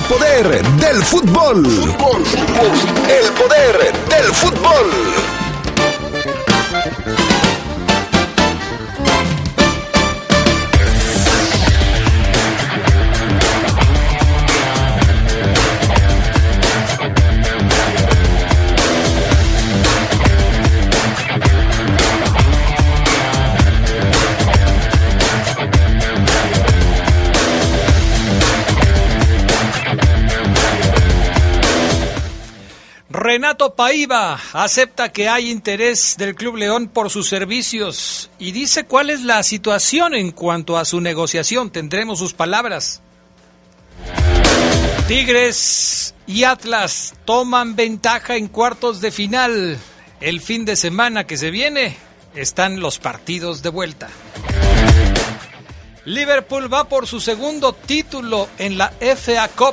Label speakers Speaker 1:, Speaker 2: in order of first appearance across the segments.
Speaker 1: poder del fútbol. El poder del fútbol.
Speaker 2: Renato Paiva acepta que hay interés del Club León por sus servicios y dice cuál es la situación en cuanto a su negociación. Tendremos sus palabras. Tigres y Atlas toman ventaja en cuartos de final. El fin de semana que se viene están los partidos de vuelta. Liverpool va por su segundo título en la FA Cup.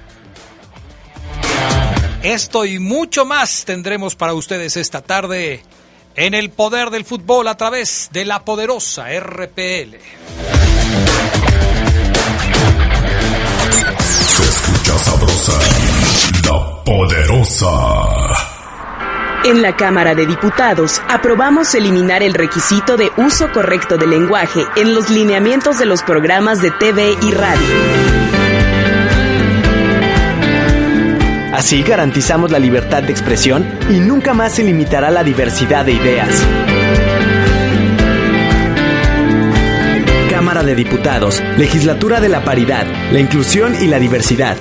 Speaker 2: Esto y mucho más tendremos para ustedes esta tarde en el poder del fútbol a través de la poderosa RPL.
Speaker 3: Se escucha sabrosa, la poderosa.
Speaker 4: En la Cámara de Diputados aprobamos eliminar el requisito de uso correcto del lenguaje en los lineamientos de los programas de TV y radio.
Speaker 5: Así garantizamos la libertad de expresión y nunca más se limitará la diversidad de ideas. Cámara de Diputados, Legislatura de la Paridad, la Inclusión y la Diversidad.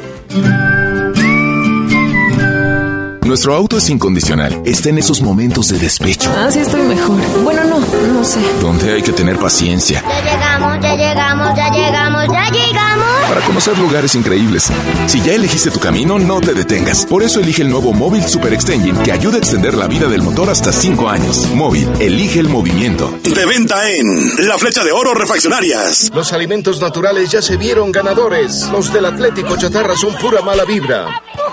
Speaker 3: Nuestro auto es incondicional. Está en esos momentos de despecho.
Speaker 6: Sí estoy mejor. Bueno, no sé.
Speaker 3: Donde hay que tener paciencia.
Speaker 7: Ya llegamos.
Speaker 3: Para conocer lugares increíbles. Si ya elegiste tu camino, no te detengas. Por eso elige el nuevo Móvil Super Extension, que ayuda a extender la vida del motor hasta 5 años. Móvil, elige el movimiento.
Speaker 8: De venta en La Flecha de Oro Refaccionarias.
Speaker 9: Los alimentos naturales ya se vieron ganadores. Los del Atlético Chatarra son pura mala vibra.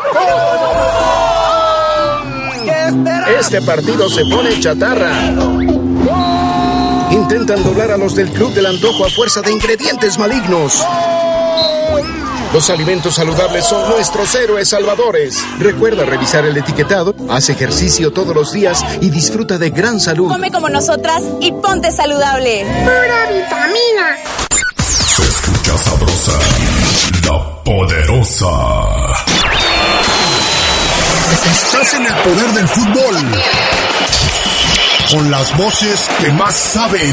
Speaker 9: Este partido se pone chatarra. Intentan doblar a los del Club del Antojo a fuerza de ingredientes malignos. Los alimentos saludables son nuestros héroes salvadores. Recuerda revisar el etiquetado, haz ejercicio todos los días y disfruta de gran salud.
Speaker 10: Come como nosotras y ponte saludable.
Speaker 7: Pura vitamina.
Speaker 3: Se escucha sabrosa, la poderosa.
Speaker 8: Estás en el poder del fútbol. Con las voces que más saben.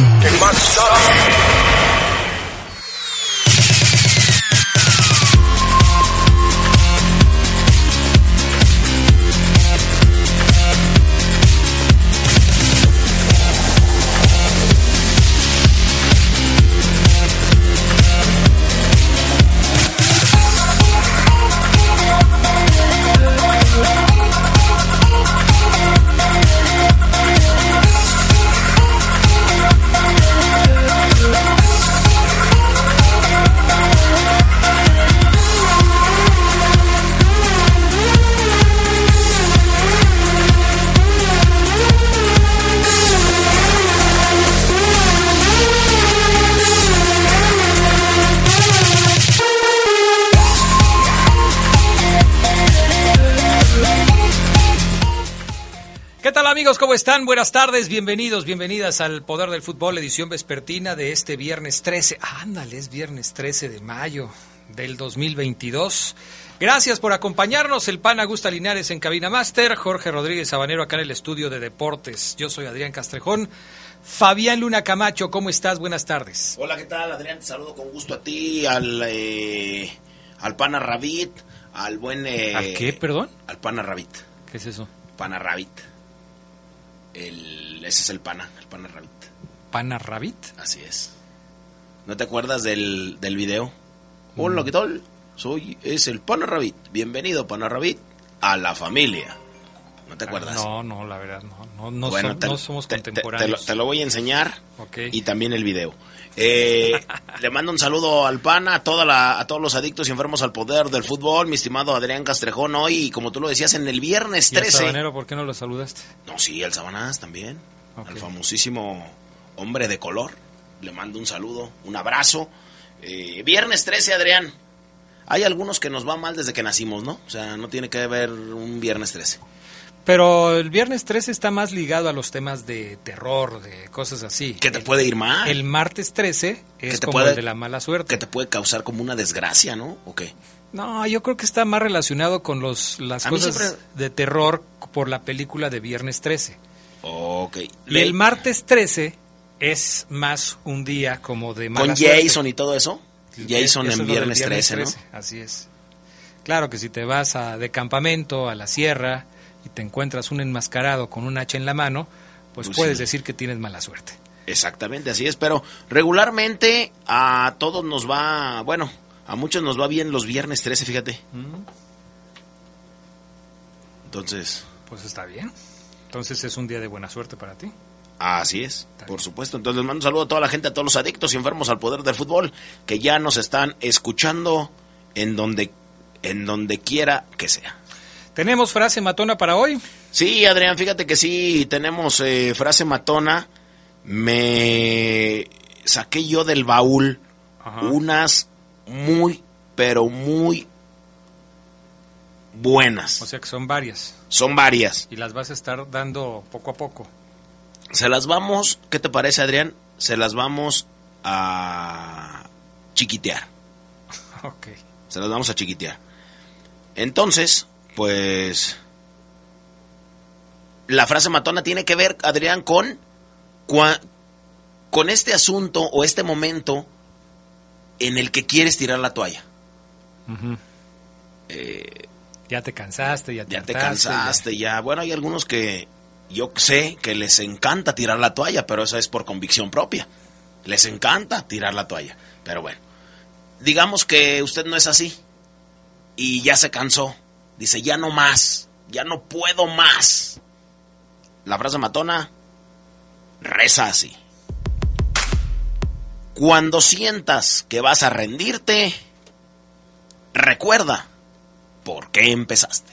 Speaker 2: Amigos, ¿cómo están? Buenas tardes, bienvenidas al Poder del Fútbol, edición vespertina de este viernes 13. Ándale, es viernes 13 de mayo del 2022. Gracias por acompañarnos, el Pan Augusta Linares en Cabina Máster, Jorge Rodríguez Sabanero acá en el estudio de Deportes. Yo soy Adrián Castrejón. Fabián Luna Camacho, ¿cómo estás? Buenas tardes.
Speaker 11: Hola, ¿qué tal, Adrián? Te saludo con gusto a ti, al Pana Rabit, al buen...
Speaker 2: ¿Al qué, perdón?
Speaker 11: Al Pana Rabit.
Speaker 2: ¿Qué es eso?
Speaker 11: Pana Rabit. Ese es el Pana Rabit.
Speaker 2: ¿Pana Rabit?
Speaker 11: Así es. ¿No te acuerdas del video? Hola, ¿qué tal? Es el Pana Rabit. Bienvenido, Pana Rabit, a la familia. ¿No te acuerdas?
Speaker 2: No, la verdad, no,
Speaker 11: bueno,
Speaker 2: no somos contemporáneos.
Speaker 11: Te lo voy a enseñar,
Speaker 2: okay.
Speaker 11: Y también el video. Le mando un saludo al Pana, a todos los adictos y enfermos al poder del fútbol, mi estimado Adrián Castrejón. Hoy, como tú lo decías, en el viernes 13.
Speaker 2: ¿Y al Sabanero, por qué no lo saludaste?
Speaker 11: No, sí, al Sabanás también.
Speaker 2: Okay.
Speaker 11: Al famosísimo hombre de color. Le mando un saludo, un abrazo. Viernes 13, Adrián. hay algunos que nos va mal desde que nacimos, ¿no? O sea, no tiene que ver un viernes 13.
Speaker 2: Pero el viernes 13 está más ligado a los temas de terror, de cosas así.
Speaker 11: Que te puede ir mal.
Speaker 2: El martes 13 es como el de la mala suerte.
Speaker 11: Que te puede causar como una desgracia, ¿no? ¿O qué?
Speaker 2: No, yo creo que está más relacionado con las cosas de terror por la película de Viernes 13.
Speaker 11: Ok.
Speaker 2: Y el martes 13 es más un día como de mala suerte.
Speaker 11: ¿Con Jason y todo eso? Jason en Viernes 13, ¿no?
Speaker 2: Así es. Claro que si te vas de campamento a la sierra y te encuentras un enmascarado con un hacha en la mano, pues puedes decir que tienes mala suerte.
Speaker 11: Exactamente, así es, pero regularmente a todos nos va, bueno, a muchos nos va bien los viernes 13, fíjate. Entonces...
Speaker 2: Pues está bien. Entonces es un día de buena suerte para ti.
Speaker 11: Así es, por supuesto. Entonces les mando un saludo a toda la gente, a todos los adictos y enfermos al poder del fútbol, que ya nos están escuchando en donde quiera que sea.
Speaker 2: ¿Tenemos frase matona para hoy?
Speaker 11: Sí, Adrián, fíjate que sí, tenemos frase matona. Me saqué yo del baúl unas muy, pero muy buenas.
Speaker 2: O sea que son varias.
Speaker 11: Son varias.
Speaker 2: Y las vas a estar dando poco a poco.
Speaker 11: Se las vamos, ¿qué te parece, Adrián? Se las vamos a chiquitear.
Speaker 2: Ok.
Speaker 11: Se las vamos a chiquitear. Entonces, pues, la frase matona tiene que ver, Adrián, con este asunto o este momento en el que quieres tirar la toalla.
Speaker 2: Ya te cansaste, ya te
Speaker 11: cansaste. Bueno, hay algunos que yo sé que les encanta tirar la toalla, pero eso es por convicción propia. Les encanta tirar la toalla. Pero bueno, digamos que usted no es así y ya se cansó. Dice, ya no más, ya no puedo más. La frase matona reza así: cuando sientas que vas a rendirte, recuerda por qué empezaste.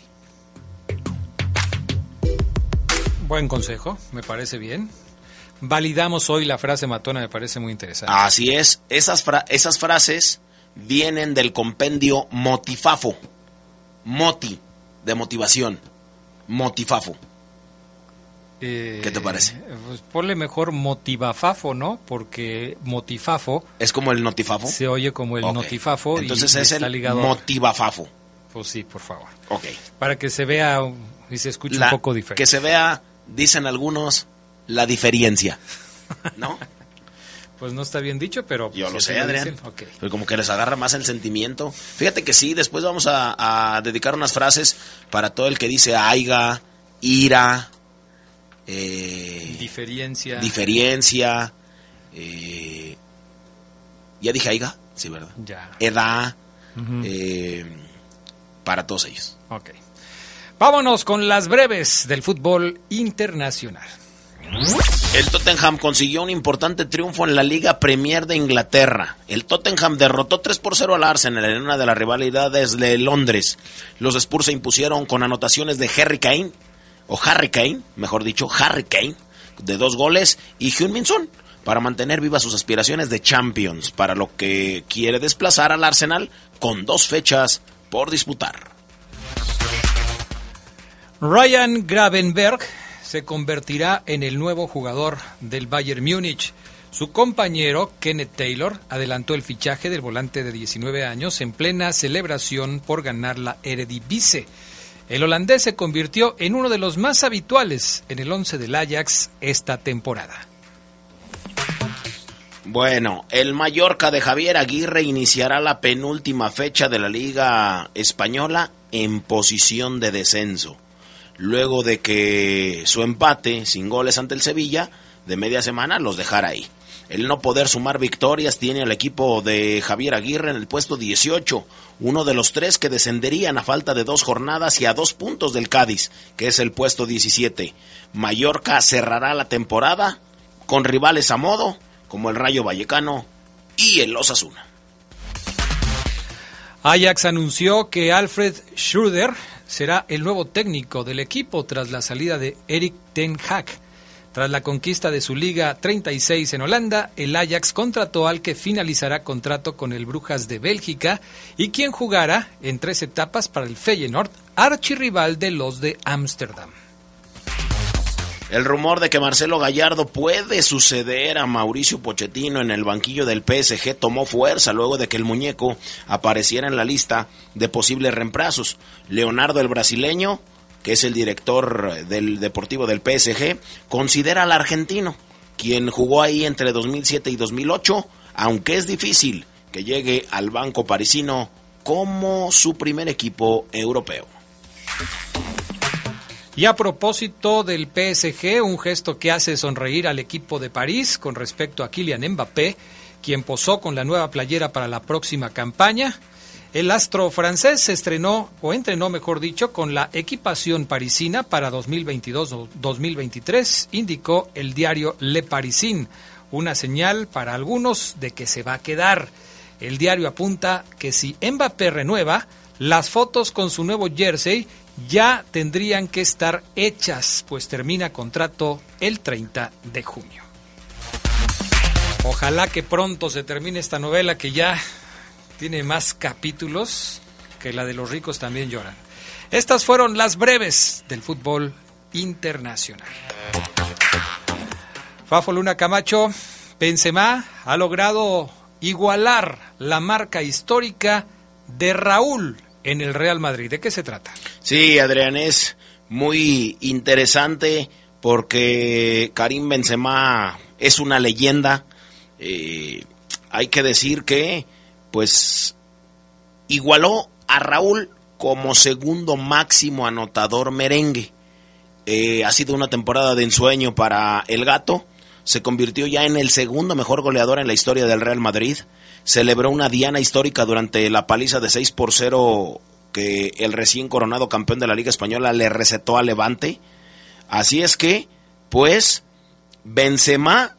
Speaker 2: Buen consejo, me parece bien. Validamos hoy la frase matona, me parece muy interesante.
Speaker 11: Así es, esas frases vienen del compendio Motifafo. Moti, de motivación. Motifafo. ¿Qué te parece?
Speaker 2: Pues ponle mejor motivafafo, ¿no? Porque motifafo...
Speaker 11: ¿Es como el notifafo?
Speaker 2: Se oye como el notifafo.
Speaker 11: Entonces es el ligado... motivafafo.
Speaker 2: Pues sí, por favor.
Speaker 11: Ok.
Speaker 2: Para que se vea y se escuche un poco diferente.
Speaker 11: Que se vea, dicen algunos, la diferencia, ¿no?
Speaker 2: Pues no está bien dicho, pero...
Speaker 11: Yo lo sé, Adrián. Okay. Pero como que les agarra más el sentimiento. Fíjate que sí, después vamos a dedicar unas frases para todo el que dice aiga, ira...
Speaker 2: diferencia.
Speaker 11: Ya dije aiga, sí, ¿verdad?
Speaker 2: Ya.
Speaker 11: Edad, para todos ellos.
Speaker 2: Ok. Vámonos con las breves del fútbol internacional.
Speaker 11: El Tottenham consiguió un importante triunfo en la Liga Premier de Inglaterra. El Tottenham derrotó 3-0 al Arsenal en una de las rivalidades de Londres. Los Spurs se impusieron con anotaciones de Harry Kane, de 2 goles, y Heung-min Son, para mantener vivas sus aspiraciones de Champions, para lo que quiere desplazar al Arsenal con 2 fechas por disputar.
Speaker 2: Ryan Gravenberch se convertirá en el nuevo jugador del Bayern Múnich. Su compañero, Kenneth Taylor, adelantó el fichaje del volante de 19 años en plena celebración por ganar la Eredivisie. El holandés se convirtió en uno de los más habituales en el 11 del Ajax esta temporada.
Speaker 11: Bueno, el Mallorca de Javier Aguirre iniciará la penúltima fecha de la Liga Española en posición de descenso, luego de que su empate sin goles ante el Sevilla de media semana los dejara ahí. El no poder sumar victorias tiene al equipo de Javier Aguirre en el puesto 18, uno de los 3 que descenderían a falta de 2 jornadas y a 2 puntos del Cádiz, que es el puesto 17. Mallorca cerrará la temporada con rivales a modo, como el Rayo Vallecano y el Osasuna.
Speaker 2: Ajax anunció que Alfred Schreuder será el nuevo técnico del equipo tras la salida de Erik ten Hag. Tras la conquista de su Liga 36 en Holanda, el Ajax contrató al que finalizará contrato con el Brujas de Bélgica y quien jugará en 3 etapas para el Feyenoord, archirrival de los de Ámsterdam.
Speaker 11: El rumor de que Marcelo Gallardo puede suceder a Mauricio Pochettino en el banquillo del PSG tomó fuerza luego de que el muñeco apareciera en la lista de posibles reemplazos. Leonardo, el brasileño, que es el director del deportivo del PSG, considera al argentino, quien jugó ahí entre 2007 y 2008, aunque es difícil que llegue al banco parisino como su primer equipo europeo.
Speaker 2: Y a propósito del PSG, un gesto que hace sonreír al equipo de París con respecto a Kylian Mbappé, quien posó con la nueva playera para la próxima campaña. El astro francés entrenó con la equipación parisina para 2022-2023, indicó el diario Le Parisien, una señal para algunos de que se va a quedar. El diario apunta que si Mbappé renueva, las fotos con su nuevo jersey ya tendrían que estar hechas, pues termina contrato el 30 de junio. Ojalá que pronto se termine esta novela que ya tiene más capítulos que la de Los ricos también lloran. Estas fueron las breves del fútbol internacional. Fafo Luna Camacho, Benzema ha logrado igualar la marca histórica de Raúl en el Real Madrid. ¿De qué se trata?
Speaker 11: Sí, Adrián, es muy interesante porque Karim Benzema es una leyenda. Hay que decir que pues igualó a Raúl como segundo máximo anotador merengue. Ha sido una temporada de ensueño para el Gato. Se convirtió ya en el segundo mejor goleador en la historia del Real Madrid. Celebró una diana histórica durante la paliza de 6-0 que el recién coronado campeón de la Liga Española le recetó a Levante. Así es que, pues, Benzema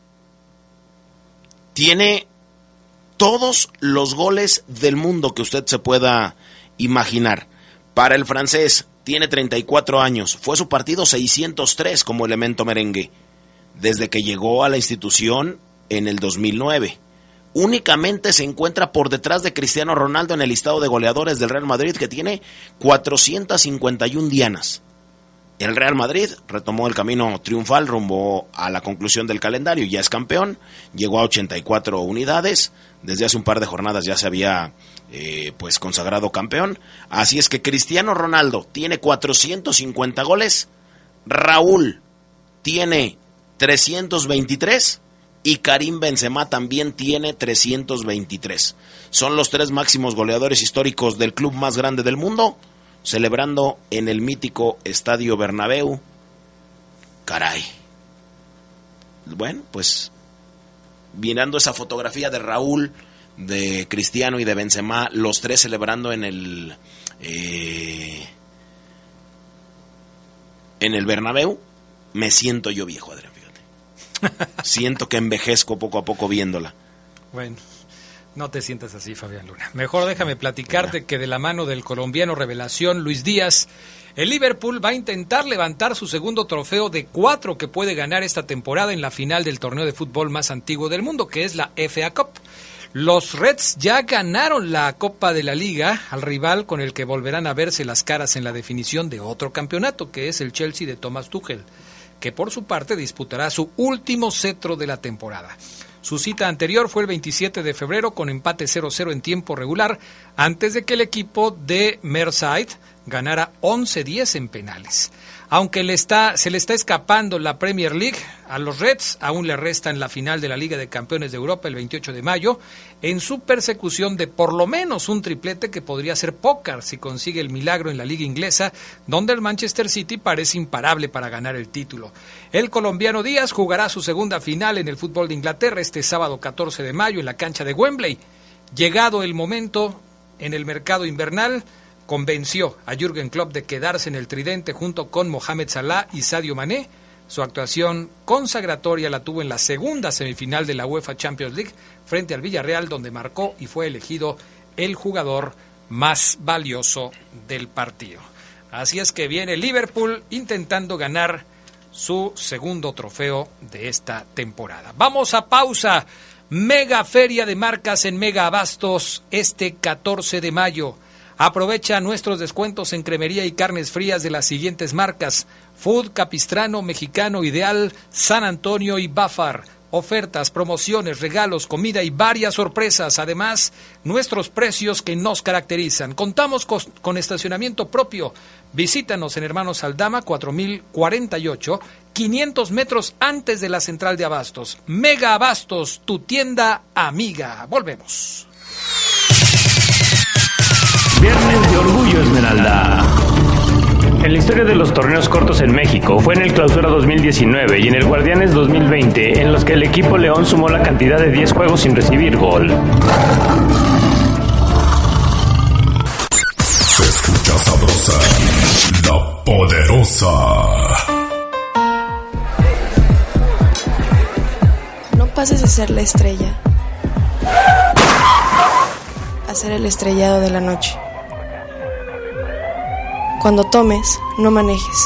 Speaker 11: tiene todos los goles del mundo que usted se pueda imaginar. Para el francés, tiene 34 años. Fue su partido 603 como elemento merengue, desde que llegó a la institución en el 2009. Únicamente se encuentra por detrás de Cristiano Ronaldo en el listado de goleadores del Real Madrid, que tiene 451 dianas. El Real Madrid retomó el camino triunfal rumbo a la conclusión del calendario, ya es campeón, llegó a 84 unidades, desde hace un par de jornadas ya se había pues consagrado campeón. Así es que Cristiano Ronaldo tiene 450 goles, Raúl tiene 323 y Karim Benzema también tiene 323. Son los 3 máximos goleadores históricos del club más grande del mundo, celebrando en el mítico Estadio Bernabéu. Caray. Bueno, pues mirando esa fotografía de Raúl, de Cristiano y de Benzema, los 3 celebrando en el Bernabéu, me siento yo viejo, Adrián, fíjate. Siento que envejezco poco a poco viéndola.
Speaker 2: Bueno, no te sientas así, Fabián Luna. Mejor déjame platicarte que de la mano del colombiano revelación Luis Díaz, el Liverpool va a intentar levantar su segundo trofeo de 4 que puede ganar esta temporada en la final del torneo de fútbol más antiguo del mundo, que es la FA Cup. Los Reds ya ganaron la Copa de la Liga al rival con el que volverán a verse las caras en la definición de otro campeonato, que es el Chelsea de Thomas Tuchel, que por su parte disputará su último cetro de la temporada. Su cita anterior fue el 27 de febrero con empate 0-0 en tiempo regular, antes de que el equipo de Merseyside ganara 11-10 en penales. Aunque se le está escapando la Premier League a los Reds, aún le restan la final de la Liga de Campeones de Europa el 28 de mayo, en su persecución de por lo menos un triplete que podría ser pócar si consigue el milagro en la Liga Inglesa, donde el Manchester City parece imparable para ganar el título. El colombiano Díaz jugará su segunda final en el fútbol de Inglaterra este sábado 14 de mayo en la cancha de Wembley. Llegado el momento en el mercado invernal, convenció a Jürgen Klopp de quedarse en el tridente junto con Mohamed Salah y Sadio Mané. Su actuación consagratoria la tuvo en la segunda semifinal de la UEFA Champions League frente al Villarreal, donde marcó y fue elegido el jugador más valioso del partido. Así es que viene Liverpool intentando ganar su segundo trofeo de esta temporada. Vamos a pausa. Mega Feria de Marcas en Mega Abastos este 14 de mayo. Aprovecha nuestros descuentos en cremería y carnes frías de las siguientes marcas: Food, Capistrano, Mexicano, Ideal, San Antonio y Bafar. Ofertas, promociones, regalos, comida y varias sorpresas. Además, nuestros precios que nos caracterizan. Contamos con estacionamiento propio. Visítanos en Hermanos Aldama 4048, 500 metros antes de la central de Abastos. Mega Abastos, tu tienda amiga. Volvemos.
Speaker 12: Viernes de Orgullo Esmeralda. En la historia de los torneos cortos en México, fue en el Clausura 2019 y en el Guardianes 2020 en los que el equipo León sumó la cantidad de 10 juegos sin recibir gol.
Speaker 8: Se escucha sabrosa, la poderosa.
Speaker 6: No pases a ser la estrella, a ser el estrellado de la noche. Cuando tomes, no manejes.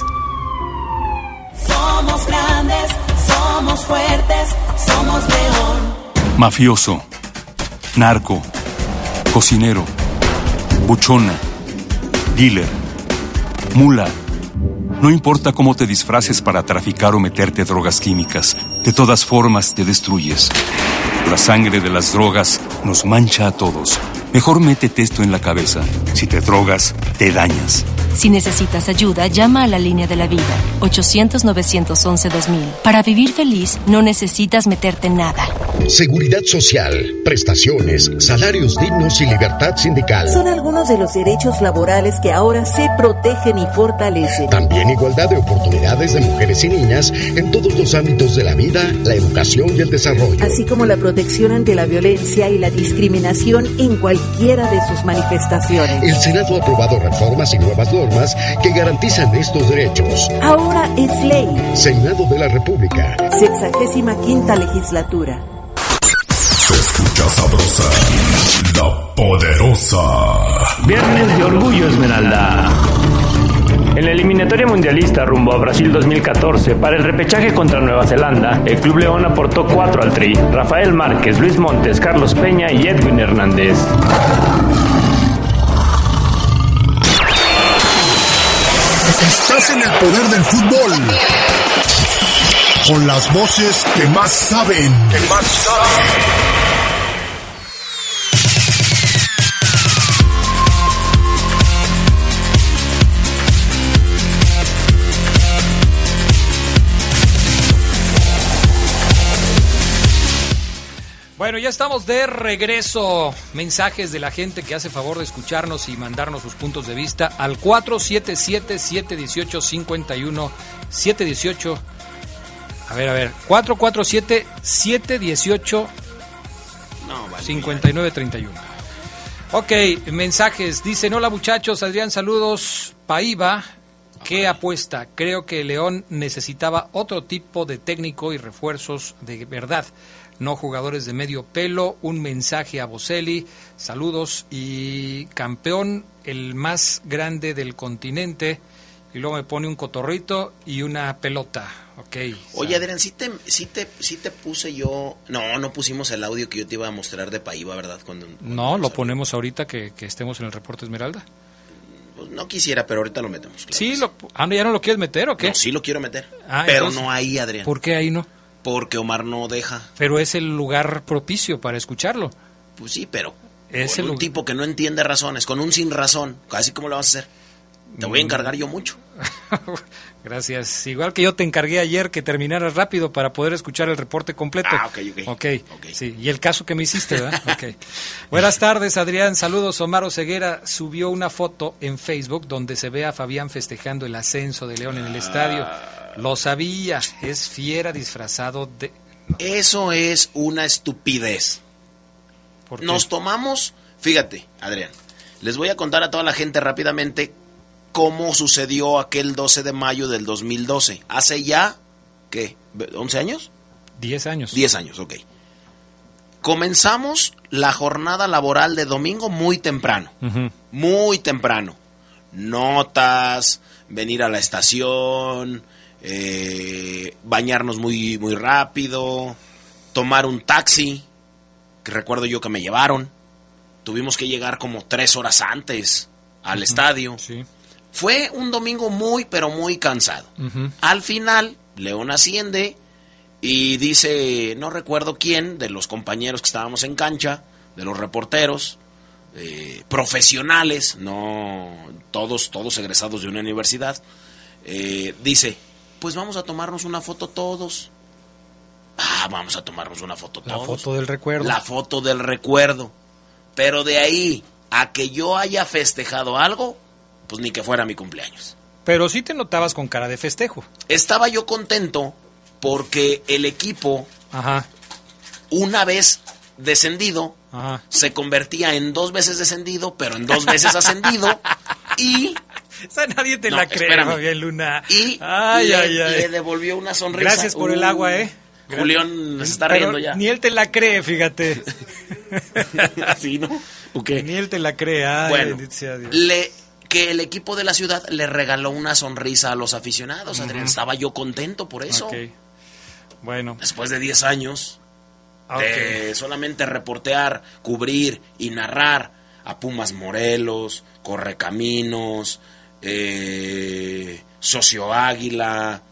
Speaker 13: Somos grandes, somos fuertes, somos León.
Speaker 14: Mafioso, narco, cocinero, buchona, dealer, mula. No importa cómo te disfraces para traficar o meterte drogas químicas, de todas formas te destruyes. La sangre de las drogas nos mancha a todos. Mejor métete esto en la cabeza. Si te drogas, te dañas.
Speaker 15: Si necesitas ayuda, llama a la línea de la vida, 800-911-2000. Para vivir feliz, no necesitas meterte en nada.
Speaker 9: Seguridad social, prestaciones, salarios dignos y libertad sindical.
Speaker 16: Son algunos de los derechos laborales que ahora se protegen y fortalecen.
Speaker 9: También igualdad de oportunidades de mujeres y niñas en todos los ámbitos de la vida, la educación y el desarrollo.
Speaker 16: Así como la protección ante la violencia y la discriminación en cualquiera de sus manifestaciones.
Speaker 9: El Senado ha aprobado reformas y nuevas normas que garantizan estos derechos.
Speaker 16: Ahora es ley.
Speaker 9: Senado de la República.
Speaker 16: 65ª legislatura.
Speaker 8: Se escucha sabrosa, la poderosa.
Speaker 12: Viernes de Orgullo Esmeralda. En la eliminatoria mundialista rumbo a Brasil 2014, para el repechaje contra Nueva Zelanda, el Club León aportó 4 al Tri: Rafael Márquez, Luis Montes, Carlos Peña y Edwin Hernández.
Speaker 8: Estás en el poder del fútbol. Con las voces que más saben.
Speaker 2: Bueno, ya estamos de regreso. Mensajes de la gente que hace favor de escucharnos y mandarnos sus puntos de vista al 477-718-51-718. A ver, 447-718-5931. Ok, mensajes. Dicen: hola muchachos, Adrián, saludos. Paiva, ¿qué apuesta? Creo que León necesitaba otro tipo de técnico y refuerzos de verdad, no jugadores de medio pelo. Un mensaje a Boselli, saludos, y campeón el más grande del continente. Y luego me pone un cotorrito y una pelota. Okay.
Speaker 11: Oye, Adrián, sí te puse yo... No pusimos el audio que yo te iba a mostrar de Paiva, ¿verdad? Cuando
Speaker 2: no, lo ponemos ahorita que estemos en el reporte Esmeralda.
Speaker 11: Pues no quisiera, pero ahorita lo metemos. Claro.
Speaker 2: Sí, ¿ya no lo quieres meter o qué?
Speaker 11: No, sí lo quiero meter, pero entonces, no ahí, Adrián.
Speaker 2: ¿Por qué ahí no?
Speaker 11: Porque Omar no deja.
Speaker 2: Pero es el lugar propicio para escucharlo.
Speaker 11: Pues sí, pero
Speaker 2: es
Speaker 11: con un tipo que no entiende razones, con un sin razón, así como lo vas a hacer. Te voy a encargar yo mucho.
Speaker 2: Gracias. Igual que yo te encargué ayer que terminaras rápido para poder escuchar el reporte completo. Ok. Sí, y el caso que me hiciste, ¿verdad? Ok. Buenas tardes, Adrián. Saludos. Omar Oseguera subió una foto en Facebook donde se ve a Fabián festejando el ascenso de León en el estadio. Lo sabía. Es fiera disfrazado de... No.
Speaker 11: Eso es una estupidez.
Speaker 2: ¿Por qué?
Speaker 11: Nos tomamos... Fíjate, Adrián, les voy a contar a toda la gente rápidamente cómo sucedió aquel 12 de mayo del 2012. Hace ya, ¿qué? ¿11 años?
Speaker 2: 10 años.
Speaker 11: 10 años, ok. Comenzamos la jornada laboral de domingo muy temprano. Uh-huh. Muy temprano. Notas, venir a la estación, bañarnos muy, muy rápido, tomar un taxi, que recuerdo yo que me llevaron. Tuvimos que llegar como 3 horas antes al estadio.
Speaker 2: Sí.
Speaker 11: Fue un domingo muy, pero muy cansado. Al final, León asciende y dice, no recuerdo quién, de los compañeros que estábamos en cancha, de los reporteros, profesionales, no todos egresados de una universidad, dice, pues vamos a tomarnos una foto todos. Vamos a tomarnos una foto todos.
Speaker 2: La foto del recuerdo.
Speaker 11: La foto del recuerdo. Pero de ahí a que yo haya festejado algo, pues ni que fuera mi cumpleaños.
Speaker 2: Pero sí te notabas con cara de festejo.
Speaker 11: Estaba yo contento porque el equipo, una vez descendido, se convertía en 2 veces descendido, pero en 2 veces ascendido. Y...
Speaker 2: O sea, nadie te la cree, Fabián Luna.
Speaker 11: Y le devolvió una sonrisa.
Speaker 2: Gracias por el agua,
Speaker 11: Julián se está riendo ya.
Speaker 2: Ni él te la cree, fíjate.
Speaker 11: ¿Sí, no? Okay.
Speaker 2: Ni él te la cree.
Speaker 11: Bueno, que el equipo de la ciudad le regaló una sonrisa a los aficionados, Adrián. Estaba yo contento por eso.
Speaker 2: Okay. Bueno.
Speaker 11: Después de 10 años de solamente reportear, cubrir y narrar a Pumas Morelos, Correcaminos, Socio Águila,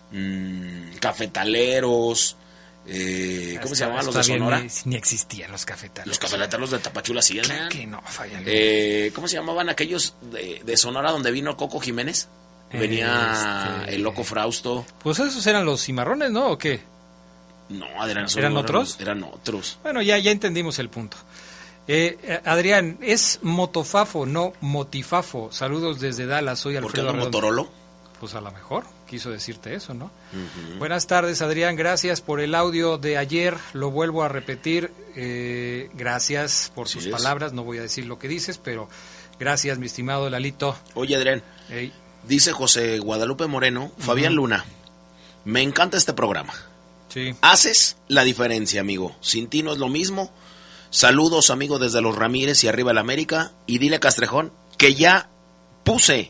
Speaker 11: Cafetaleros, ¿cómo se llamaban los de Sonora?
Speaker 2: Ni existían los cafetaleros.
Speaker 11: Los cafetaleros de Tapachula sí eran.
Speaker 2: Claro que no, Fabián.
Speaker 11: ¿Cómo se llamaban aquellos de Sonora donde vino Coco Jiménez? Venía el Loco Frausto.
Speaker 2: Pues esos eran los cimarrones, ¿no? ¿O qué?
Speaker 11: No, Adrián.
Speaker 2: ¿Eran otros?
Speaker 11: Eran otros.
Speaker 2: Bueno, ya entendimos el punto. Adrián, es Motofafo, no Motifafo. Saludos desde Dallas, soy Alfredo.
Speaker 11: ¿Por qué no Motorolo?
Speaker 2: Pues a lo mejor quiso decirte eso, ¿no? Buenas tardes, Adrián, gracias por el audio de ayer, lo vuelvo a repetir, gracias por sus palabras, no voy a decir lo que dices, pero gracias, mi estimado Lalito.
Speaker 11: Oye, Adrián, dice José Guadalupe Moreno, Fabián Luna, me encanta este programa.
Speaker 2: Sí.
Speaker 11: Haces la diferencia, amigo, sin ti no es lo mismo. Saludos, amigo, desde Los Ramírez y arriba el América, y dile a Castrejón que ya puse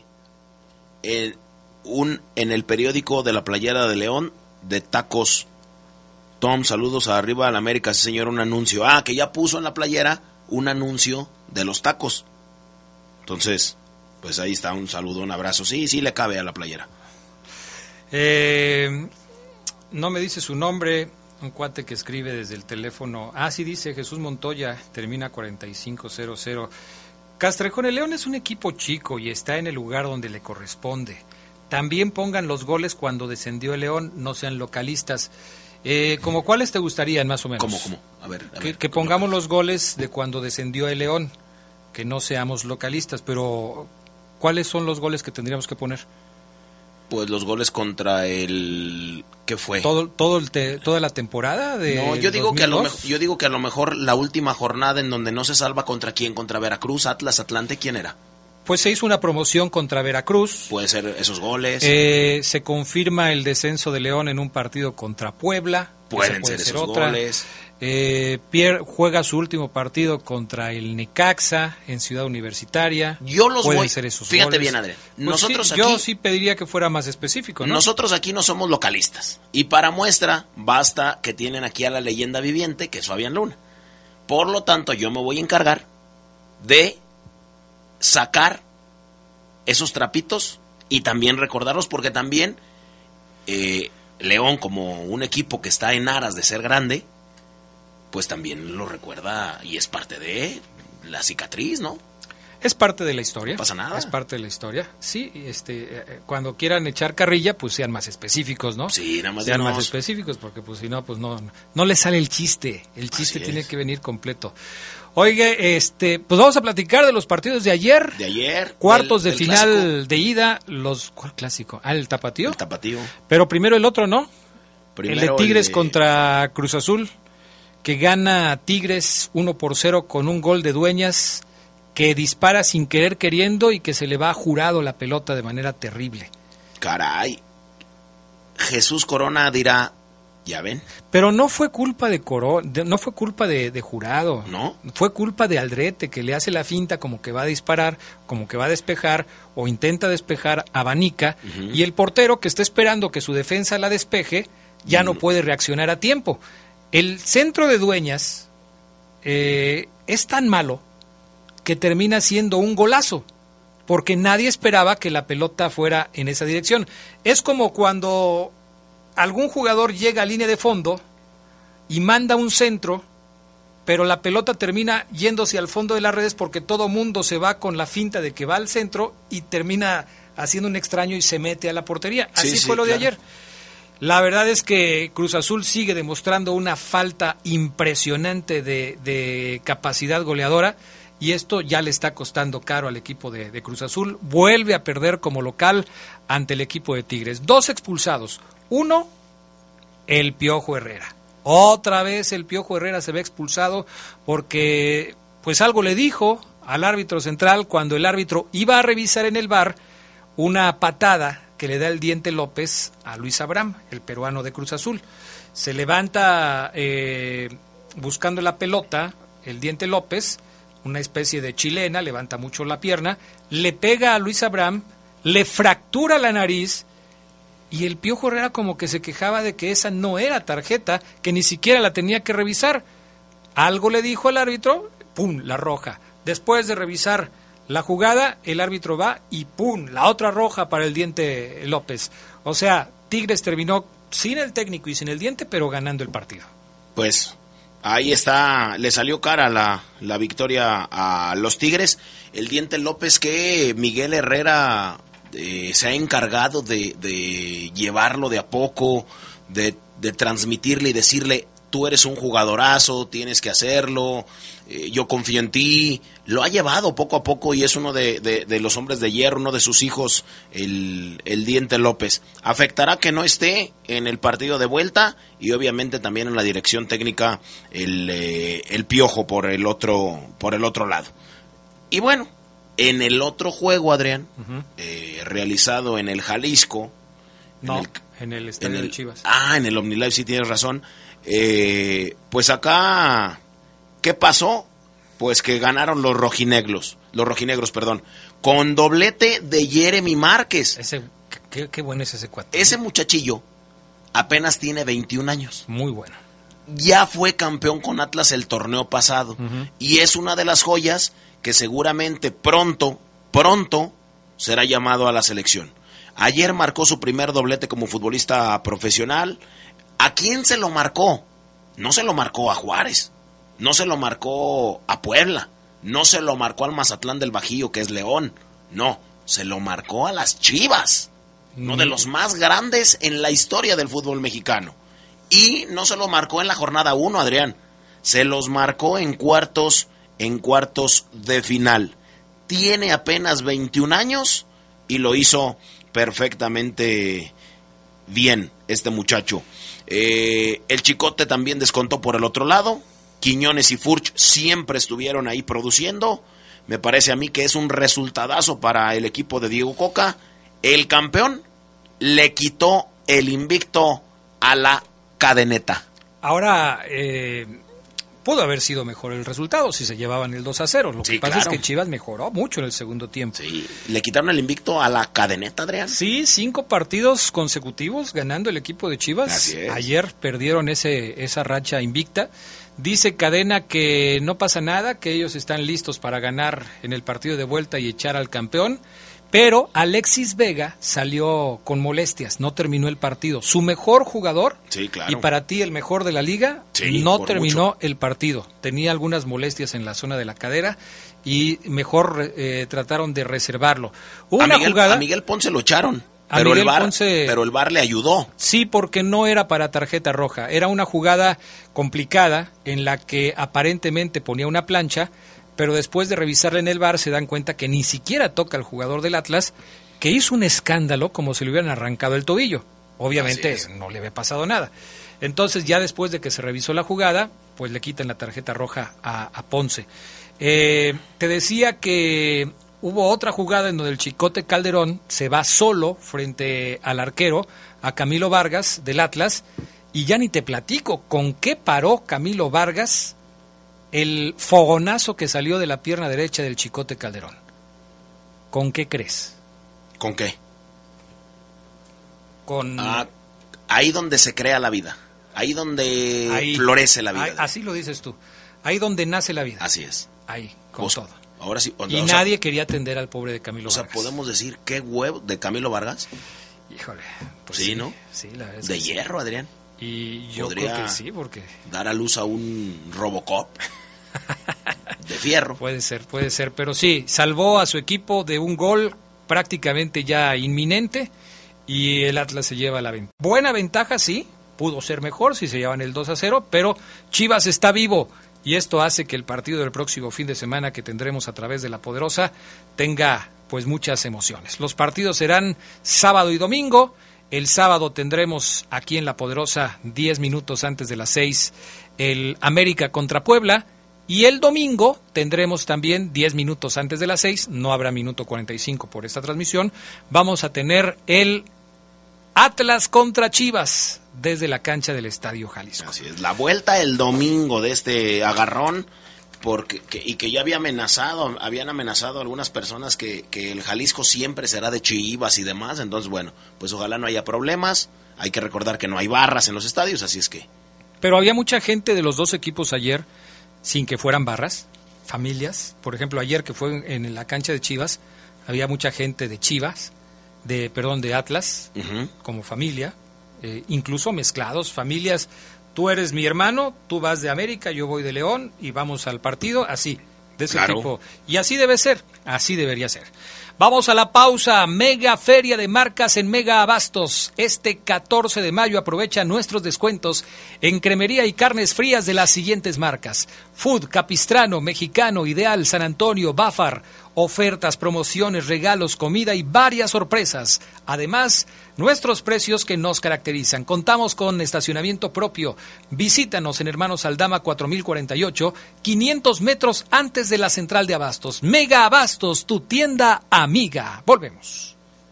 Speaker 11: en el periódico de la Playera de León de tacos. Tom, saludos a arriba al América, sí señor, un anuncio. Que ya puso en la playera un anuncio de los tacos. Entonces, pues ahí está, un saludo, un abrazo. Sí le cabe a la playera.
Speaker 2: No me dice su nombre, un cuate que escribe desde el teléfono. Sí dice Jesús Montoya, termina 4500. Castrejón, el León es un equipo chico y está en el lugar donde le corresponde. También pongan los goles cuando descendió el León, no sean localistas. ¿Cómo cuáles te gustarían más o menos?
Speaker 11: ¿Cómo? A ver.
Speaker 2: Que pongamos los goles de cuando descendió el León, que no seamos localistas, pero ¿cuáles son los goles que tendríamos que poner?
Speaker 11: Pues los goles contra el... ¿Qué fue?
Speaker 2: ¿Toda la temporada de
Speaker 11: No, yo digo
Speaker 2: 2002?
Speaker 11: yo digo que a lo mejor la última jornada en donde no se salva contra quién, contra Veracruz, Atlas, Atlante, ¿quién era?
Speaker 2: Pues se hizo una promoción contra Veracruz.
Speaker 11: Puede ser esos goles.
Speaker 2: Se confirma el descenso de León en un partido contra Puebla.
Speaker 11: Pueden ser esos goles.
Speaker 2: Pierre juega su último partido contra el Necaxa en Ciudad Universitaria.
Speaker 11: Yo los
Speaker 2: Pueden
Speaker 11: voy.
Speaker 2: ser esos
Speaker 11: Fíjate
Speaker 2: goles.
Speaker 11: bien, Adrián.
Speaker 2: Pues
Speaker 11: nosotros aquí,
Speaker 2: yo sí pediría que fuera más específico, ¿no?
Speaker 11: Nosotros aquí no somos localistas. Y para muestra, basta que tienen aquí a la leyenda viviente, que es Fabián Luna. Por lo tanto, yo me voy a encargar de sacar esos trapitos y también recordarlos, porque también León, como un equipo que está en aras de ser grande, pues también lo recuerda y es parte de la cicatriz, ¿no?
Speaker 2: Es parte de la historia.
Speaker 11: No pasa nada.
Speaker 2: Es parte de la historia. Sí, cuando quieran echar carrilla, pues sean más específicos, ¿no?
Speaker 11: Sí, nada más
Speaker 2: sean más específicos, porque pues si no, pues no le sale el chiste. El chiste tiene que venir completo. Oye, pues vamos a platicar de los partidos de ayer.
Speaker 11: De ayer.
Speaker 2: Cuartos de final clásico. De ida. ¿Cuál clásico? El Tapatío.
Speaker 11: El Tapatío.
Speaker 2: Pero primero el otro, ¿no?
Speaker 11: Primero
Speaker 2: el de Tigres contra Cruz Azul, que gana Tigres 1-0 con un gol de Dueñas, que dispara sin querer queriendo y que se le va a Jurado la pelota de manera terrible.
Speaker 11: Caray. Jesús Corona dirá, Ya ven.
Speaker 2: Pero no fue culpa de no fue culpa de Jurado.
Speaker 11: ¿No?
Speaker 2: Fue culpa de Aldrete, que le hace la finta como que va a disparar, como que va a despejar, o intenta despejar, abanica, y el portero, que está esperando que su defensa la despeje, ya no puede reaccionar a tiempo. El centro de Dueñas es tan malo que termina siendo un golazo, porque nadie esperaba que la pelota fuera en esa dirección. Es como cuando algún jugador llega a línea de fondo y manda un centro, pero la pelota termina yéndose al fondo de las redes porque todo mundo se va con la finta de que va al centro y termina haciendo un extraño y se mete a la portería. Así fue lo de ayer. La verdad es que Cruz Azul sigue demostrando una falta impresionante de capacidad goleadora, y esto ya le está costando caro al equipo de Cruz Azul. Vuelve a perder como local ante el equipo de Tigres. 2 expulsados. 1, el Piojo Herrera. Otra vez el Piojo Herrera se ve expulsado porque pues algo le dijo al árbitro central cuando el árbitro iba a revisar en el VAR una patada que le da el Diente López a Luis Abraham, el peruano de Cruz Azul. Se levanta buscando la pelota el Diente López, una especie de chilena, levanta mucho la pierna, le pega a Luis Abraham, le fractura la nariz, y el Piojo Herrera como que se quejaba de que esa no era tarjeta, que ni siquiera la tenía que revisar. Algo le dijo al árbitro, ¡pum!, la roja. Después de revisar la jugada, el árbitro va y ¡pum!, la otra roja para el Diente López. O sea, Tigres terminó sin el técnico y sin el Diente, pero ganando el partido.
Speaker 11: Pues ahí está, le salió cara la victoria a los Tigres. El Diente López, que Miguel Herrera se ha encargado de llevarlo de a poco, de transmitirle y decirle: tú eres un jugadorazo, tienes que hacerlo, yo confío en ti. Lo ha llevado poco a poco y es uno de los hombres de hierro, uno de sus hijos, el Diente López. Afectará que no esté en el partido de vuelta, y obviamente también en la dirección técnica el Piojo por el otro lado. Y bueno, en el otro juego, Adrián, realizado en el Jalisco.
Speaker 2: En el estadio de Chivas.
Speaker 11: En el OmniLife, sí tienes razón. Pues acá, ¿qué pasó? Pues que ganaron los rojinegros, con doblete de Jeremy Márquez.
Speaker 2: Qué bueno es ese cuate.
Speaker 11: Ese muchachillo apenas tiene 21 años.
Speaker 2: Muy bueno.
Speaker 11: Ya fue campeón con Atlas el torneo pasado, y es una de las joyas que seguramente pronto será llamado a la selección. Ayer marcó su primer doblete como futbolista profesional. ¿A quién se lo marcó? No se lo marcó a Juárez, no se lo marcó a Puebla, no se lo marcó al Mazatlán del Bajío, que es León, no, se lo marcó a las Chivas, uno de los más grandes en la historia del fútbol mexicano. Y no se lo marcó en la jornada 1, Adrián, se los marcó en cuartos de final. Tiene apenas 21 años y lo hizo perfectamente bien este muchacho. El Chicote también descontó por el otro lado. Quiñones y Furch siempre estuvieron ahí produciendo. Me parece a mí que es un resultadazo para el equipo de Diego Coca. El campeón le quitó el invicto a la cadeneta.
Speaker 2: Ahora, pudo haber sido mejor el resultado si se llevaban el 2-0. Lo que pasa es que Chivas mejoró mucho en el segundo tiempo.
Speaker 11: Sí, le quitaron el invicto a la cadeneta, Adrián.
Speaker 2: Sí, 5 partidos consecutivos ganando el equipo de Chivas.
Speaker 11: Así es.
Speaker 2: Ayer perdieron esa racha invicta. Dice Cadena que no pasa nada, que ellos están listos para ganar en el partido de vuelta y echar al campeón. Pero Alexis Vega salió con molestias, no terminó el partido. Su mejor jugador,
Speaker 11: sí, claro,
Speaker 2: y para ti el mejor de la liga,
Speaker 11: sí,
Speaker 2: no terminó
Speaker 11: mucho
Speaker 2: el partido. Tenía algunas molestias en la zona de la cadera y mejor trataron de reservarlo. Hubo una jugada.
Speaker 11: A Miguel Ponce lo echaron, pero el VAR le ayudó.
Speaker 2: Sí, porque no era para tarjeta roja. Era una jugada complicada en la que aparentemente ponía una plancha, pero después de revisarla en el VAR se dan cuenta que ni siquiera toca al jugador del Atlas, que hizo un escándalo como si le hubieran arrancado el tobillo. Obviamente no le había pasado nada. Entonces ya después de que se revisó la jugada, pues le quitan la tarjeta roja a Ponce. Te decía que hubo otra jugada en donde el Chicote Calderón se va solo frente al arquero, a Camilo Vargas del Atlas, Y ya ni te platico con qué paró Camilo Vargas el fogonazo que salió de la pierna derecha del Chicote Calderón. ¿Con qué crees?
Speaker 11: ¿Con qué?
Speaker 2: Con...
Speaker 11: ahí donde se crea la vida. Ahí donde florece la vida.
Speaker 2: Así lo dices tú. Ahí donde nace la vida.
Speaker 11: Así es.
Speaker 2: Ahí, con todo.
Speaker 11: Ahora sí.
Speaker 2: Y nadie quería atender al pobre de Camilo Vargas.
Speaker 11: O sea, ¿podemos decir qué huevo de Camilo Vargas?
Speaker 2: Híjole. Pues
Speaker 11: sí, ¿no?
Speaker 2: Sí, la verdad.
Speaker 11: De hierro, Adrián.
Speaker 2: Y yo creo que sí, porque...
Speaker 11: dar a luz a un Robocop de fierro.
Speaker 2: Puede ser, pero sí, salvó a su equipo de un gol prácticamente ya inminente y el Atlas se lleva la ventaja. Buena ventaja, sí, pudo ser mejor si se llevan el 2-0, pero Chivas está vivo y esto hace que el partido del próximo fin de semana que tendremos a través de La Poderosa tenga pues muchas emociones. Los partidos serán sábado y domingo. El sábado tendremos aquí en La Poderosa 10 minutos antes de las 6 el América contra Puebla y el domingo tendremos también 10 minutos antes de las 6, no habrá minuto 45 por esta transmisión, vamos a tener el Atlas contra Chivas desde la cancha del Estadio Jalisco.
Speaker 11: Así es, la vuelta el domingo de este agarrón. Que ya habían amenazado algunas personas que el Jalisco siempre será de Chivas y demás, entonces bueno, pues ojalá no haya problemas, hay que recordar que no hay barras en los estadios, así es que...
Speaker 2: Pero había mucha gente de los dos equipos ayer, sin que fueran barras, familias, por ejemplo ayer que fue en la cancha de Chivas, había mucha gente de Chivas, de Atlas, como familia, incluso mezclados, familias... Tú eres mi hermano, tú vas de América, yo voy de León y vamos al partido, así, de ese tipo. Y así debe ser, así debería ser. Vamos a la pausa. Mega Feria de Marcas en Mega Abastos. Este 14 de mayo aprovecha nuestros descuentos en cremería y carnes frías de las siguientes marcas: Food, Capistrano, Mexicano, Ideal, San Antonio, Bafar. Ofertas, promociones, regalos, comida y varias sorpresas. Además, nuestros precios que nos caracterizan. Contamos con estacionamiento propio. Visítanos en Hermanos Aldama 4048, 500 metros antes de la central de Abastos. Mega Abastos, tu tienda amiga. Volvemos.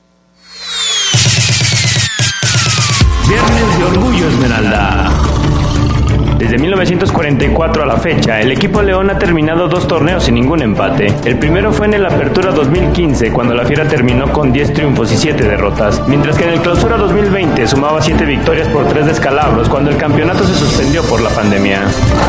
Speaker 12: Viernes de Orgullo Esmeralda. Desde 1944 a la fecha, el equipo León ha terminado 2 torneos sin ningún empate. El primero fue en el Apertura 2015, cuando la Fiera terminó con 10 triunfos y 7 derrotas, mientras que en el Clausura 2020 sumaba 7 victorias por 3 descalabros, cuando el campeonato se suspendió por la pandemia.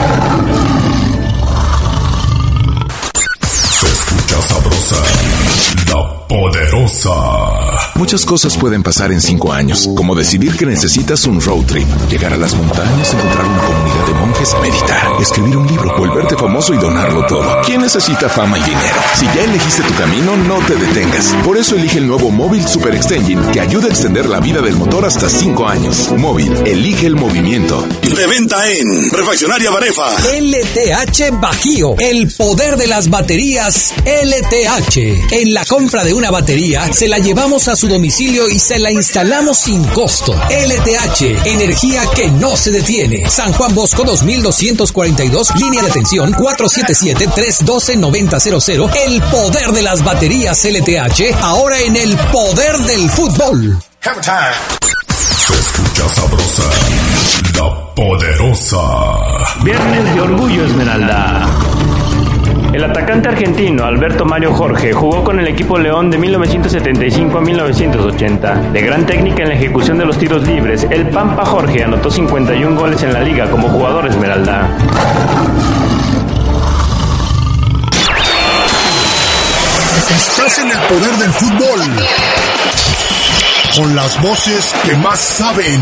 Speaker 8: Se escucha sabrosa, La Poderosa.
Speaker 3: Muchas cosas pueden pasar en 5 años, como decidir que necesitas un road trip, llegar a las montañas, encontrar una comunidad de monjes, meditar, escribir un libro, volverte famoso y donarlo todo. ¿Quién necesita fama y dinero? Si ya elegiste tu camino, no te detengas. Por eso elige el nuevo Móvil Super Extension, que ayuda a extender la vida del motor hasta 5 años. Móvil, elige el movimiento.
Speaker 1: Reventa en Refaccionaria Barefa.
Speaker 17: LTH Bajío, el poder de las baterías LTH. En la compra de una batería, se la llevamos a su domicilio y se la instalamos sin costo. LTH, energía que no se detiene. San Juan Bosco 2242, línea de atención 477-312-9000. El poder de las baterías LTH, ahora en el poder del fútbol.
Speaker 8: Se escucha sabrosa, La Poderosa.
Speaker 12: Viernes de Orgullo Esmeralda. El atacante argentino Alberto Mario Jorge jugó con el equipo León de 1975 a 1980. De gran técnica en la ejecución de los tiros libres, el Pampa Jorge anotó 51 goles en la liga como jugador esmeralda.
Speaker 8: Estás en el poder del fútbol. Con las voces que más saben.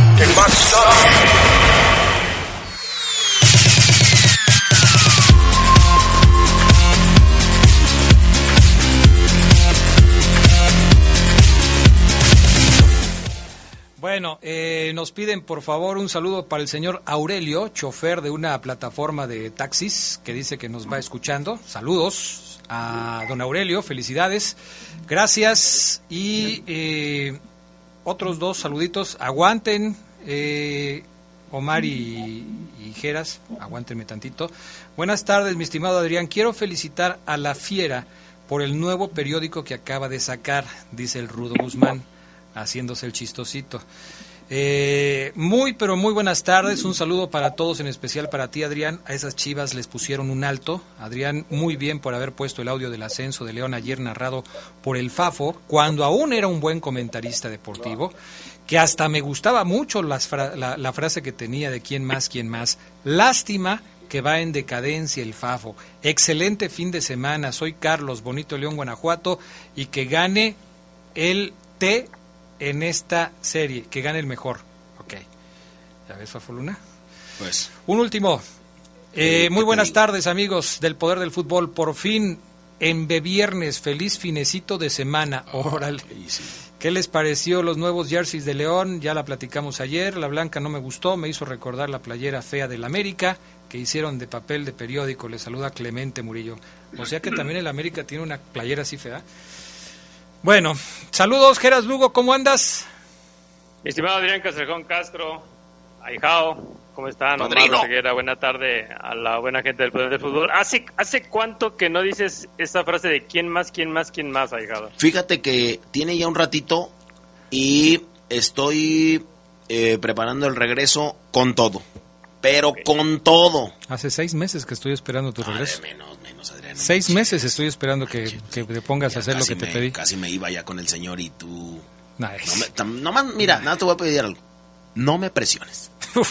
Speaker 2: Bueno, nos piden por favor un saludo para el señor Aurelio, chofer de una plataforma de taxis, que dice que nos va escuchando. Saludos a don Aurelio, felicidades, gracias. Y otros 2 saluditos, aguanten, Omar y Geras, aguántenme tantito. Buenas tardes, mi estimado Adrián, quiero felicitar a La Fiera por el nuevo periódico que acaba de sacar, dice el Rudo Guzmán, haciéndose el chistosito. Pero muy buenas tardes, un saludo para todos, en especial para ti, Adrián. A esas Chivas les pusieron un alto. Adrián, muy bien por haber puesto el audio del ascenso de León ayer narrado por el Fafo, cuando aún era un buen comentarista deportivo, que hasta me gustaba mucho la frase que tenía de quién más. Lástima que va en decadencia el Fafo. Excelente fin de semana, soy Carlos, bonito León, Guanajuato, y que gane el T en esta serie, que gane el mejor. Ok. ¿Ya ves, Fafo Luna?
Speaker 11: Pues.
Speaker 2: Un último. Muy buenas tardes, amigos del Poder del Fútbol. Por fin, en viernes, feliz finecito de semana. Órale. ¿Qué les pareció los nuevos jerseys de León? Ya la platicamos ayer. La blanca no me gustó, me hizo recordar la playera fea del América, que hicieron de papel de periódico. Le saluda Clemente Murillo. O sea que también el América tiene una playera así fea. Bueno, saludos, Geras Lugo, ¿cómo andas?
Speaker 18: Mi estimado Adrián Castrejón Castro, ahijao, ¿cómo están?
Speaker 11: Padrino.
Speaker 18: Omar Ceguera, buena tarde a la buena gente del Poder del Fútbol. ¿Hace cuánto que no dices esta frase de quién más, ahijado?
Speaker 11: Fíjate que tiene ya un ratito y estoy preparando el regreso con todo. Pero okay, con todo.
Speaker 2: Hace 6 meses que estoy esperando tu regreso.
Speaker 11: Menos, Adrián.
Speaker 2: 6 meses estoy esperando que te pongas a hacer lo que te pedí.
Speaker 11: Casi me iba ya con el señor y tú...
Speaker 2: Nice.
Speaker 11: Mira, nada, te voy a pedir algo. No me presiones.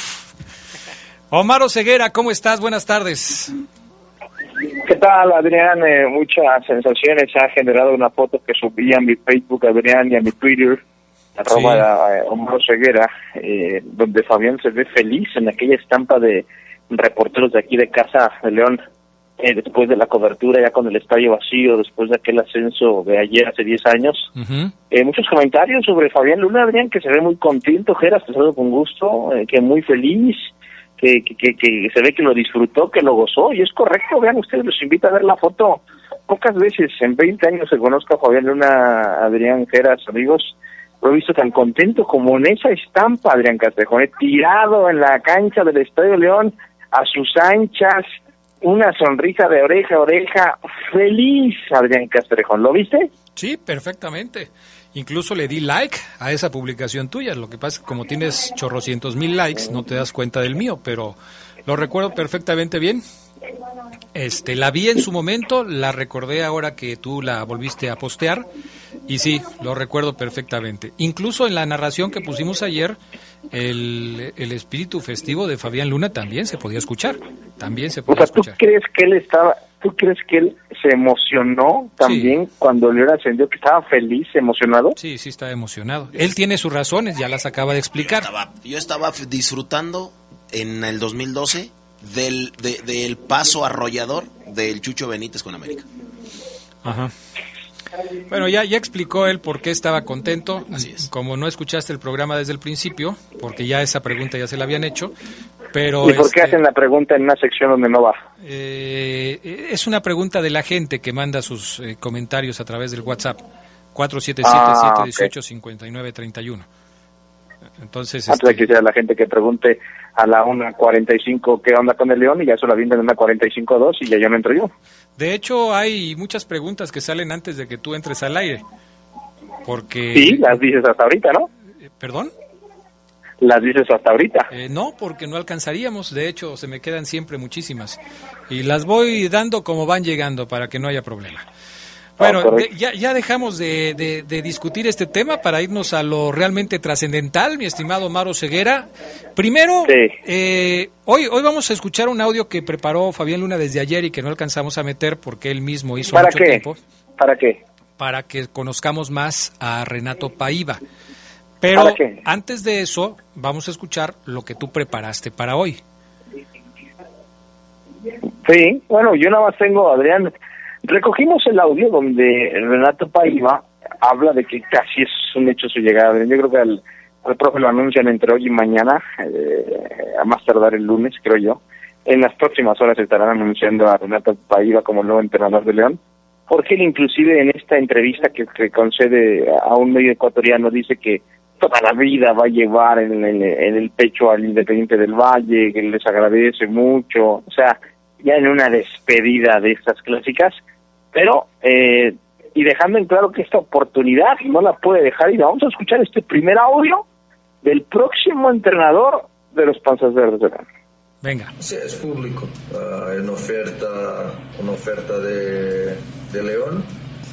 Speaker 2: Omar Ceguera, ¿cómo estás? Buenas tardes.
Speaker 19: ¿Qué tal, Adrián? Muchas sensaciones. Ha generado una foto que subí a mi Facebook, Adrián, y a mi Twitter, Omar Ceguera, donde Fabián se ve feliz en aquella estampa de reporteros de aquí de Casa de León, después de la cobertura, ya con el estadio vacío, después de aquel ascenso de ayer hace 10 años. Uh-huh. Muchos comentarios sobre Fabián Luna, Adrián, que se ve muy contento, Geras, te saludo con gusto, que muy feliz, que se ve que lo disfrutó, que lo gozó, y es correcto. Vean ustedes, los invito a ver la foto. Pocas veces en 20 años se conozca a Fabián Luna, Adrián, Geras, amigos. Lo he visto tan contento como en esa estampa, Adrián Castrejón, tirado en la cancha del Estadio León, a sus anchas, una sonrisa de oreja a oreja, feliz, Adrián Castrejón. ¿Lo viste?
Speaker 2: Sí, perfectamente. Incluso le di like a esa publicación tuya. Lo que pasa es que como tienes chorrocientos mil likes, no te das cuenta del mío, pero lo recuerdo perfectamente bien. La vi en su momento, la recordé ahora que tú la volviste a postear, y sí, lo recuerdo perfectamente. Incluso en la narración que pusimos ayer, el espíritu festivo de Fabián Luna también se podía escuchar.
Speaker 19: escuchar. ¿Tú crees que él se emocionó también cuando León ascendió, que estaba feliz, emocionado?
Speaker 2: Sí, estaba emocionado. Él tiene sus razones, ya las acaba de explicar.
Speaker 11: Yo estaba disfrutando en el 2012 del paso arrollador del Chucho Benítez con América.
Speaker 2: Ajá. Bueno, ya explicó él por qué estaba contento.
Speaker 11: Así es.
Speaker 2: Como no escuchaste el programa desde el principio, porque ya esa pregunta ya se la habían hecho, pero...
Speaker 19: ¿Y por qué hacen la pregunta en una sección donde no va?
Speaker 2: Es una pregunta de la gente que manda sus comentarios a través del WhatsApp, 477-718-5931. Entonces,
Speaker 19: antes de que sea la gente que pregunte a la 1:45 qué onda con el León, y ya se la vienen en una 45:2 y ya yo no entro yo.
Speaker 2: De hecho, hay muchas preguntas que salen antes de que tú entres al aire, porque...
Speaker 19: Sí, las dices hasta ahorita, ¿no?
Speaker 2: ¿Perdón?
Speaker 19: Las dices hasta ahorita.
Speaker 2: No, porque no alcanzaríamos. De hecho, se me quedan siempre muchísimas, y las voy dando como van llegando para que no haya problema. Bueno, ya dejamos de discutir este tema para irnos a lo realmente trascendental, mi estimado Omar Ceguera. Primero, hoy vamos a escuchar un audio que preparó Fabián Luna desde ayer y que no alcanzamos a meter porque él mismo hizo mucho tiempo.
Speaker 19: ¿Para qué?
Speaker 2: Para que conozcamos más a Renato Paiva. Pero antes de eso, vamos a escuchar lo que tú preparaste para hoy.
Speaker 19: Sí, bueno, yo nada más tengo, Adrián... Recogimos el audio donde Renato Paiva habla de que casi es un hecho su llegada. Yo creo que al profe lo anuncian entre hoy y mañana, a más tardar el lunes, creo yo. En las próximas horas estarán anunciando a Renato Paiva como nuevo entrenador de León, porque él inclusive en esta entrevista que concede a un medio ecuatoriano dice que toda la vida va a llevar en el pecho al Independiente del Valle, que les agradece mucho, o sea, ya en una despedida de estas clásicas. Pero, y dejando en claro que esta oportunidad no la puede dejar ir. Vamos a escuchar este primer audio del próximo entrenador de los Panzas Verdes de León.
Speaker 2: Venga.
Speaker 20: Sí, es público. Hay una oferta de León.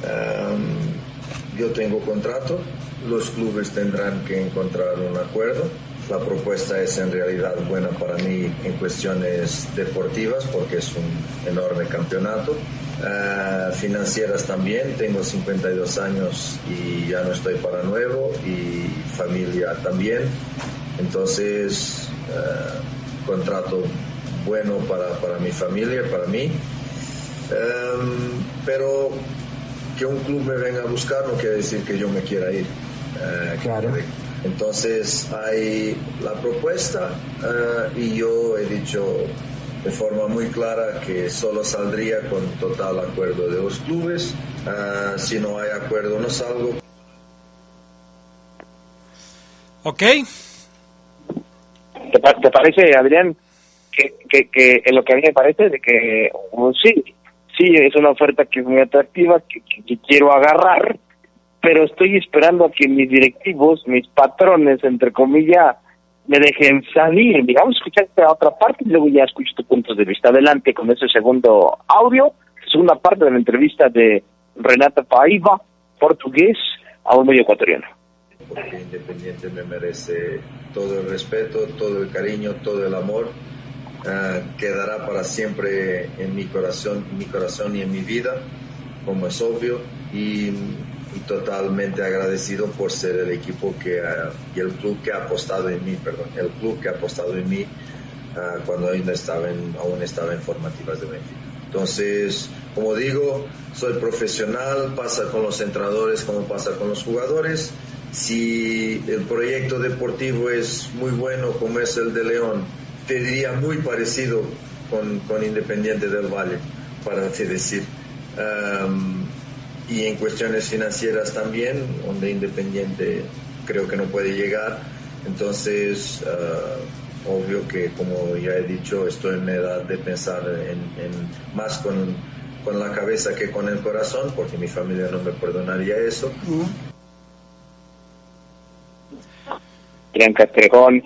Speaker 20: Yo tengo contrato. Los clubes tendrán que encontrar un acuerdo. La propuesta es en realidad buena para mí en cuestiones deportivas porque es un enorme campeonato. Financieras también, tengo 52 años y ya no estoy para nuevo, y familia también. Entonces, contrato bueno para mi familia, para mí. Pero que un club me venga a buscar no quiere decir que yo me quiera ir. Claro. Entonces hay la propuesta y yo he dicho de forma muy clara que solo saldría con total acuerdo de los clubes. Si no hay acuerdo no salgo.
Speaker 2: Ok.
Speaker 19: ¿Te parece, Adrián, que lo que a mí me parece de que sí es una oferta que es muy atractiva, que quiero agarrar, pero estoy esperando a que mis directivos, mis patrones, entre comillas, me dejen salir? Vamos a escuchar esta otra parte y luego ya escucho tu punto de vista. Adelante con ese segundo audio, segunda parte de la entrevista de Renato Paiva, portugués, a un medio ecuatoriano.
Speaker 20: Porque Independiente me merece todo el respeto, todo el cariño, todo el amor. Quedará para siempre en mi corazón y en mi vida, como es obvio, y totalmente agradecido por ser el equipo y el club que ha apostado en mí, cuando aún estaba en formativas de Benfica. Entonces, como digo, soy profesional, pasa con los entrenadores como pasa con los jugadores. Si el proyecto deportivo es muy bueno como es el de León, te diría muy parecido con Independiente del Valle, para te decir. Y en cuestiones financieras también, donde Independiente creo que no puede llegar. Entonces, obvio que, como ya he dicho, estoy en edad de pensar en más con la cabeza que con el corazón, porque mi familia no me perdonaría eso.
Speaker 19: Adrián Castrejón,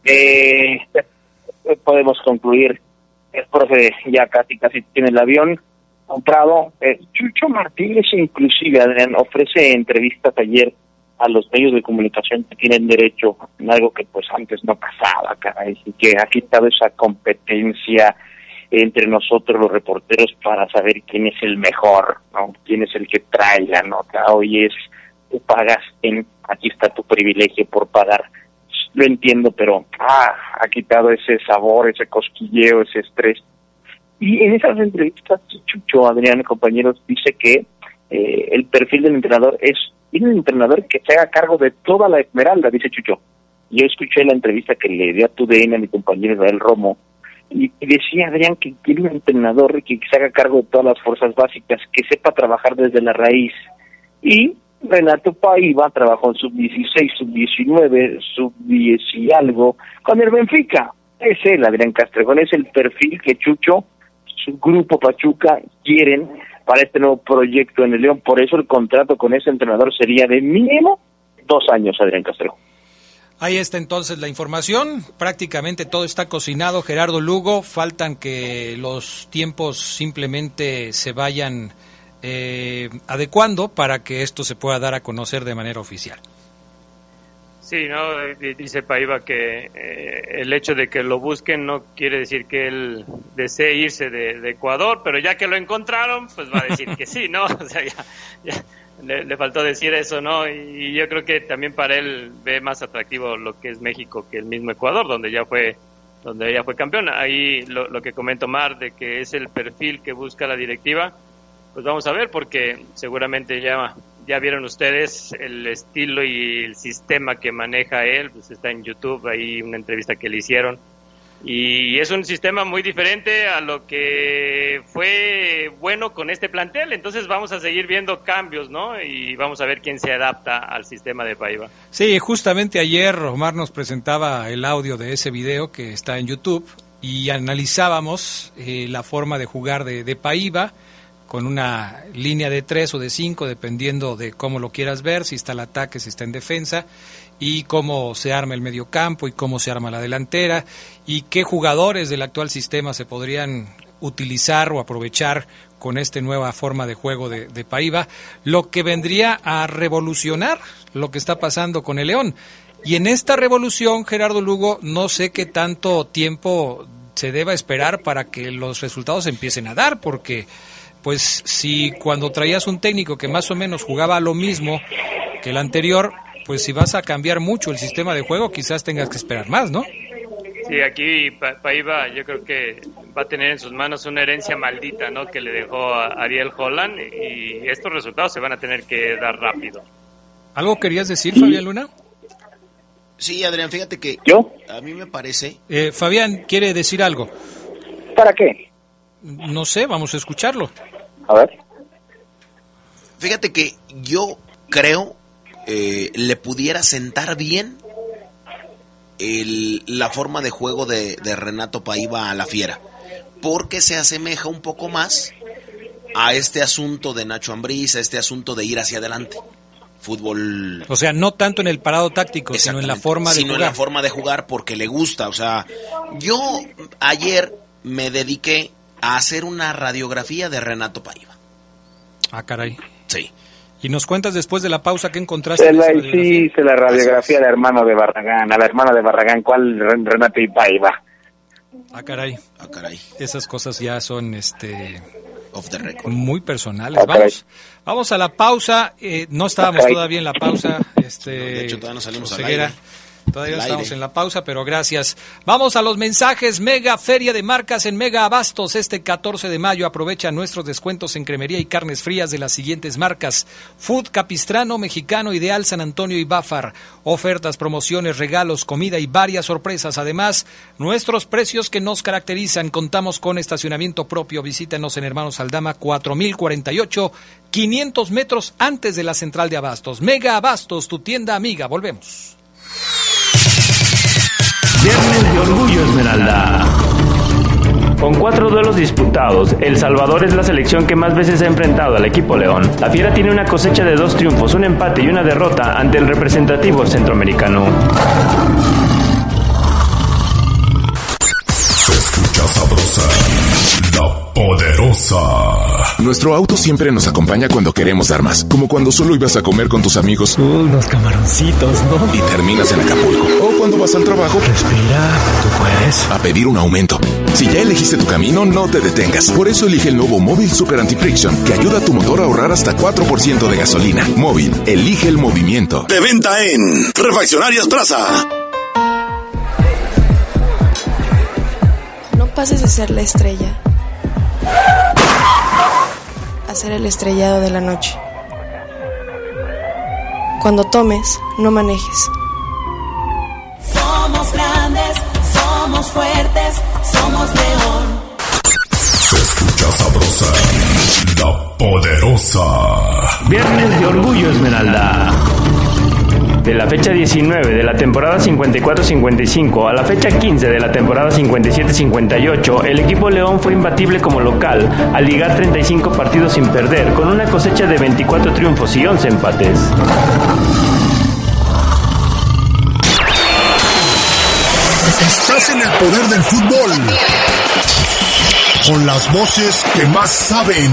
Speaker 19: podemos concluir. El profe ya casi tiene el avión comprado. Chucho Martínez inclusive, Adrián, ofrece entrevistas ayer a los medios de comunicación que tienen derecho, en algo que pues antes no pasaba, caray, y que ha quitado esa competencia entre nosotros los reporteros para saber quién es el mejor, ¿no? Quién es el que trae la nota. Hoy tú pagas aquí está tu privilegio por pagar. Lo entiendo, pero ha quitado ese sabor, ese cosquilleo, ese estrés. Y en esas entrevistas, Chucho, Adrián, compañeros, dice que el perfil del entrenador es un entrenador que se haga cargo de toda la Esmeralda, dice Chucho. Yo escuché la entrevista que le dio a TUDN a mi compañero Israel Romo, y decía Adrián que quiere un entrenador que se haga cargo de todas las fuerzas básicas, que sepa trabajar desde la raíz. Y Renato Paiva trabajó en sub-16, sub-19, sub-10 y algo con el Benfica. Es él, Adrián Castrejón, es el perfil que Chucho, su grupo Pachuca, quieren para este nuevo proyecto en el León. Por eso el contrato con ese entrenador sería de mínimo 2 años, Adrián Castrejón.
Speaker 2: Ahí está entonces la información, prácticamente todo está cocinado. Gerardo Lugo, faltan que los tiempos simplemente se vayan adecuando para que esto se pueda dar a conocer de manera oficial.
Speaker 18: Sí, no, dice Paiva que el hecho de que lo busquen no quiere decir que él desee irse de Ecuador, pero ya que lo encontraron, pues va a decir que sí, ¿no? O sea, ya le faltó decir eso, ¿no? Y yo creo que también para él ve más atractivo lo que es México que el mismo Ecuador, donde ya fue campeón. Ahí lo que comenta Omar, de que es el perfil que busca la directiva, pues vamos a ver, porque seguramente ya vieron ustedes el estilo y el sistema que maneja él, pues está en YouTube, ahí una entrevista que le hicieron, y es un sistema muy diferente a lo que fue bueno con este plantel. Entonces vamos a seguir viendo cambios, ¿no? Y vamos a ver quién se adapta al sistema de Paiva.
Speaker 2: Sí, justamente ayer Omar nos presentaba el audio de ese video que está en YouTube y analizábamos la forma de jugar de Paiva, con una línea de 3 o de 5, dependiendo de cómo lo quieras ver, si está el ataque, si está en defensa, y cómo se arma el mediocampo y cómo se arma la delantera y qué jugadores del actual sistema se podrían utilizar o aprovechar con esta nueva forma de juego de Paiva, lo que vendría a revolucionar lo que está pasando con el León. Y en esta revolución, Gerardo Lugo, no sé qué tanto tiempo se deba esperar para que los resultados empiecen a dar, porque pues si cuando traías un técnico que más o menos jugaba lo mismo que el anterior, pues si vas a cambiar mucho el sistema de juego, quizás tengas que esperar más, ¿no?
Speaker 18: Sí, aquí Paiva yo creo que va a tener en sus manos una herencia maldita, ¿no? Que le dejó a Ariel Holland, y estos resultados se van a tener que dar rápido.
Speaker 2: ¿Algo querías decir, Fabián Luna?
Speaker 11: Sí, Adrián, fíjate que
Speaker 19: ¿yo?
Speaker 11: A mí me parece...
Speaker 2: Fabián quiere decir algo.
Speaker 19: ¿Para qué?
Speaker 2: No sé, vamos a escucharlo.
Speaker 19: A ver.
Speaker 11: Fíjate que yo creo le pudiera sentar bien la forma de juego de Renato Paiva a la Fiera, porque se asemeja un poco más a este asunto de Nacho Ambriz, a este asunto de ir hacia adelante. Fútbol...
Speaker 2: O sea, no tanto en el parado táctico, sino en la forma de jugar.
Speaker 11: En la forma de jugar, porque le gusta. O sea, yo ayer me dediqué a hacer una radiografía de Renato Paiva.
Speaker 2: Ah, caray.
Speaker 11: Sí.
Speaker 2: ¿Y nos cuentas después de la pausa qué encontraste?
Speaker 19: Sí, hice la radiografía del hermano de Barragán, a la hermana de Barragán. ¿Cuál? Renato y Paiva.
Speaker 2: Ah, caray.
Speaker 11: Ah, caray.
Speaker 2: Esas cosas ya son
Speaker 11: off the record.
Speaker 2: Muy personales. Vamos a la pausa. No estábamos todavía en la pausa.
Speaker 11: De hecho, todavía no salimos al aire.
Speaker 2: Todavía estamos en la pausa, pero gracias. Vamos a los mensajes. Mega Feria de Marcas en Mega Abastos. Este 14 de mayo aprovecha nuestros descuentos en cremería y carnes frías de las siguientes marcas: Food, Capistrano, Mexicano, Ideal, San Antonio y Bafar. Ofertas, promociones, regalos, comida y varias sorpresas. Además, nuestros precios que nos caracterizan. Contamos con estacionamiento propio. Visítenos en Hermanos Aldama 4048, 500 metros antes de la central de Abastos. Mega Abastos, tu tienda amiga. Volvemos.
Speaker 12: Viernes de Orgullo Esmeralda. Con 4 duelos disputados, El Salvador es la selección que más veces ha enfrentado al equipo León. La Fiera tiene una cosecha de 2 triunfos, un empate y una derrota ante el representativo centroamericano.
Speaker 8: Se escucha sabrosa, la poderosa.
Speaker 3: Nuestro auto siempre nos acompaña cuando queremos dar más, como cuando solo ibas a comer con tus amigos
Speaker 5: unos camaroncitos, ¿no?
Speaker 3: Y terminas en Acapulco. O cuando vas al trabajo,
Speaker 5: respira, tú puedes,
Speaker 3: a pedir un aumento. Si ya elegiste tu camino, no te detengas. Por eso elige el nuevo Móvil Super Anti-Friction, que ayuda a tu motor a ahorrar hasta 4% de gasolina. Móvil, elige el movimiento.
Speaker 1: De venta en Refaccionarias Plaza.
Speaker 6: No pases de ser la estrella a ser el estrellado de la noche. Cuando tomes, no manejes.
Speaker 13: Somos grandes, somos fuertes, somos León.
Speaker 8: Se escucha sabrosa, la poderosa.
Speaker 12: Viernes de Orgullo Esmeralda. De la fecha 19 de la temporada 54-55 a la fecha 15 de la temporada 57-58, el equipo León fue imbatible como local al ligar 35 partidos sin perder, con una cosecha de 24 triunfos y 11 empates.
Speaker 8: Estás en el poder del fútbol. Con las voces que más saben.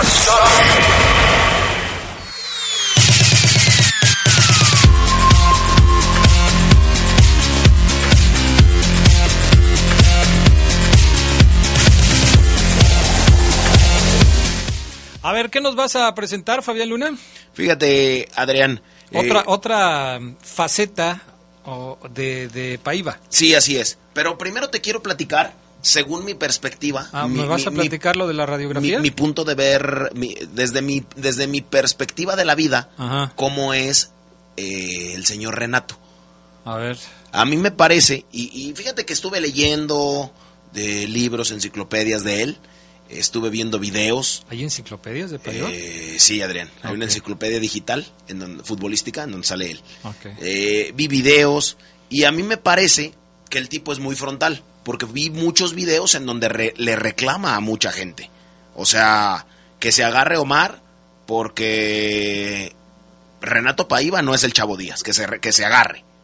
Speaker 2: A ver, ¿qué nos vas a presentar, Fabián Luna?
Speaker 11: Fíjate, Adrián.
Speaker 2: Otra faceta de Paiva.
Speaker 11: Sí, así es. Pero primero te quiero platicar, según mi perspectiva.
Speaker 2: ¿Me vas a platicar lo de la radiografía?
Speaker 11: Mi punto de ver, desde mi perspectiva de la vida,
Speaker 2: ajá,
Speaker 11: cómo es el señor Renato.
Speaker 2: A ver.
Speaker 11: A mí me parece, y fíjate que estuve leyendo de libros, enciclopedias de él. Estuve viendo videos.
Speaker 2: ¿Hay enciclopedias de Paiva?
Speaker 11: Sí, Adrián. Hay una enciclopedia digital futbolística en donde sale él.
Speaker 2: Okay.
Speaker 11: Vi videos y a mí me parece que el tipo es muy frontal, porque vi muchos videos en donde le reclama a mucha gente. O sea, que se agarre Omar porque Renato Paiva no es el Chavo Díaz, que se agarre.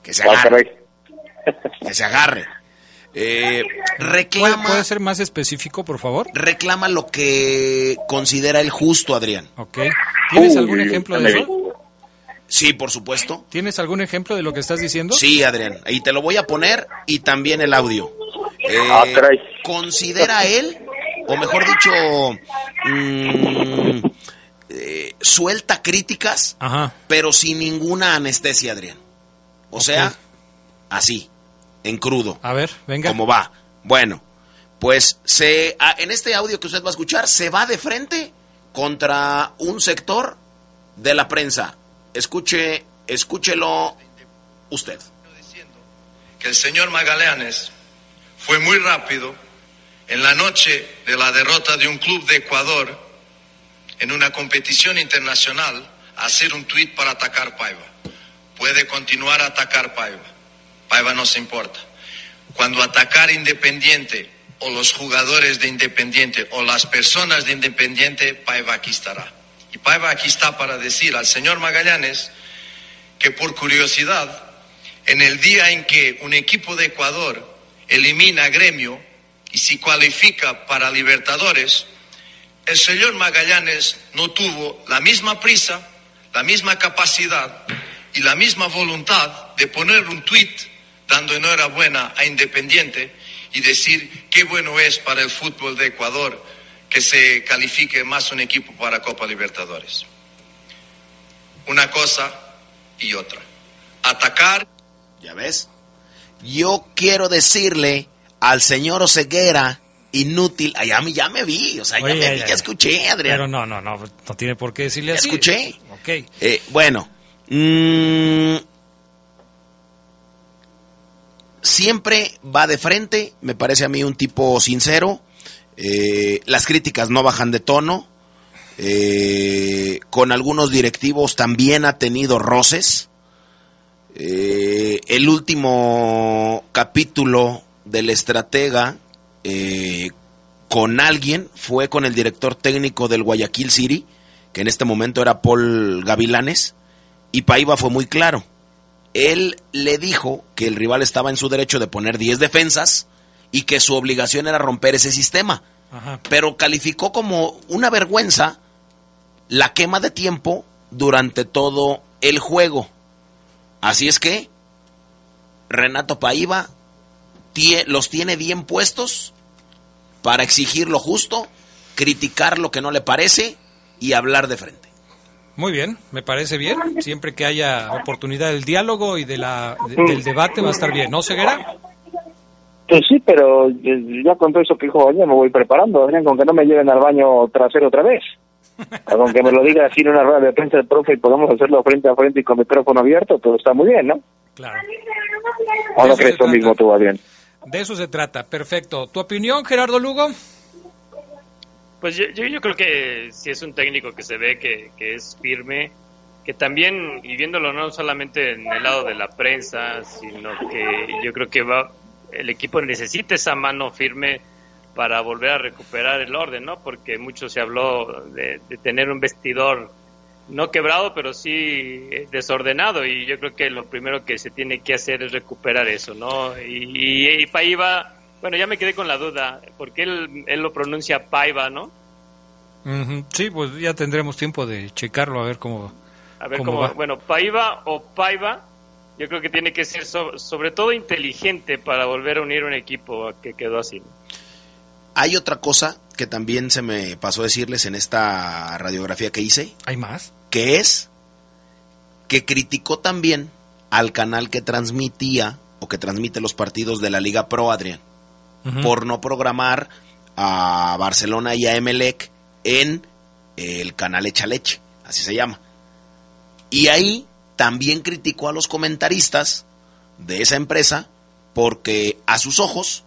Speaker 11: Que se agarre. Que se agarre. Reclama...
Speaker 2: ¿Puede ser más específico, por favor?
Speaker 11: Reclama lo que considera el justo, Adrián.
Speaker 2: Ok. ¿Tienes algún ejemplo de eso?
Speaker 11: Sí, por supuesto.
Speaker 2: ¿Tienes algún ejemplo de lo que estás diciendo?
Speaker 11: Sí, Adrián. Ahí te lo voy a poner y también el audio. Considera él, o mejor dicho, suelta críticas, pero sin ninguna anestesia, Adrián. O sea, así, en crudo.
Speaker 2: A ver, venga.
Speaker 11: ¿Cómo va? Bueno, pues en este audio que usted va a escuchar, se va de frente contra un sector de la prensa. Escúchelo usted.
Speaker 21: Que el señor Magallanes fue muy rápido en la noche de la derrota de un club de Ecuador en una competición internacional a hacer un tuit para atacar Paiva. Puede continuar a atacar Paiva. Paiva no se importa. Cuando atacar Independiente o los jugadores de Independiente o las personas de Independiente, Paiva aquí estará. Y Paiva aquí está para decir al señor Magallanes que por curiosidad, en el día en que un equipo de Ecuador elimina a Gremio y se cualifica para Libertadores, el señor Magallanes no tuvo la misma prisa, la misma capacidad y la misma voluntad de poner un tuit dando enhorabuena a Independiente y decir qué bueno es para el fútbol de Ecuador que se califique más un equipo para Copa Libertadores. Una cosa y otra. Atacar.
Speaker 11: ¿Ya ves? Yo quiero decirle al señor Oseguera, inútil. Ya me vi, o sea, ya escuché, Adrián.
Speaker 2: Pero no tiene por qué decirle así.
Speaker 11: Escuché.
Speaker 2: Ok.
Speaker 11: Bueno. Siempre va de frente, me parece a mí un tipo sincero. Las críticas no bajan de tono. Con algunos directivos también ha tenido roces. El último capítulo del estratega con alguien fue con el director técnico del Guayaquil City, que en este momento era Paul Gavilanes, y Paiva fue muy claro. Él le dijo que el rival estaba en su derecho de poner 10 defensas y que su obligación era romper ese sistema. Ajá. Pero calificó como una vergüenza la quema de tiempo durante todo el juego. Así es que Renato Paiva los tiene bien puestos para exigir lo justo, criticar lo que no le parece y hablar de frente.
Speaker 2: Muy bien, me parece bien. Siempre que haya oportunidad del diálogo y del debate va a estar bien, ¿no, Ceguera?
Speaker 19: Pues sí, pero ya con todo eso que dijo Adrián me voy preparando, Adrián, con que no me lleven al baño trasero otra vez. Con que me lo diga así en una rueda de prensa del profe y podamos hacerlo frente a frente y con micrófono abierto, todo está muy bien, ¿no?
Speaker 2: Claro.
Speaker 19: ¿O no crees lo mismo tú, Adrián?
Speaker 2: De eso se trata, perfecto. ¿Tu opinión, Gerardo Lugo?
Speaker 18: Pues yo creo que si es un técnico que se ve que es firme, que también, y viéndolo no solamente en el lado de la prensa, sino que yo creo que el equipo necesita esa mano firme para volver a recuperar el orden, ¿no? Porque mucho se habló de tener un vestidor no quebrado, pero sí desordenado, y yo creo que lo primero que se tiene que hacer es recuperar eso, ¿no? Y Paiva, bueno, ya me quedé con la duda, porque él lo pronuncia Paiva, ¿no?
Speaker 2: Sí, pues ya tendremos tiempo de checarlo, a ver cómo va.
Speaker 18: Bueno, Paiva o Paiva, yo creo que tiene que ser sobre todo inteligente para volver a unir un equipo que quedó así.
Speaker 11: Hay otra cosa que también se me pasó decirles en esta radiografía que hice.
Speaker 2: ¿Hay más?
Speaker 11: Que es que criticó también al canal que transmitía o que transmite los partidos de la Liga Pro, Adrián, por no programar a Barcelona y a Emelec en el canal Echa Leche, así se llama. Y ahí también criticó a los comentaristas de esa empresa porque a sus ojos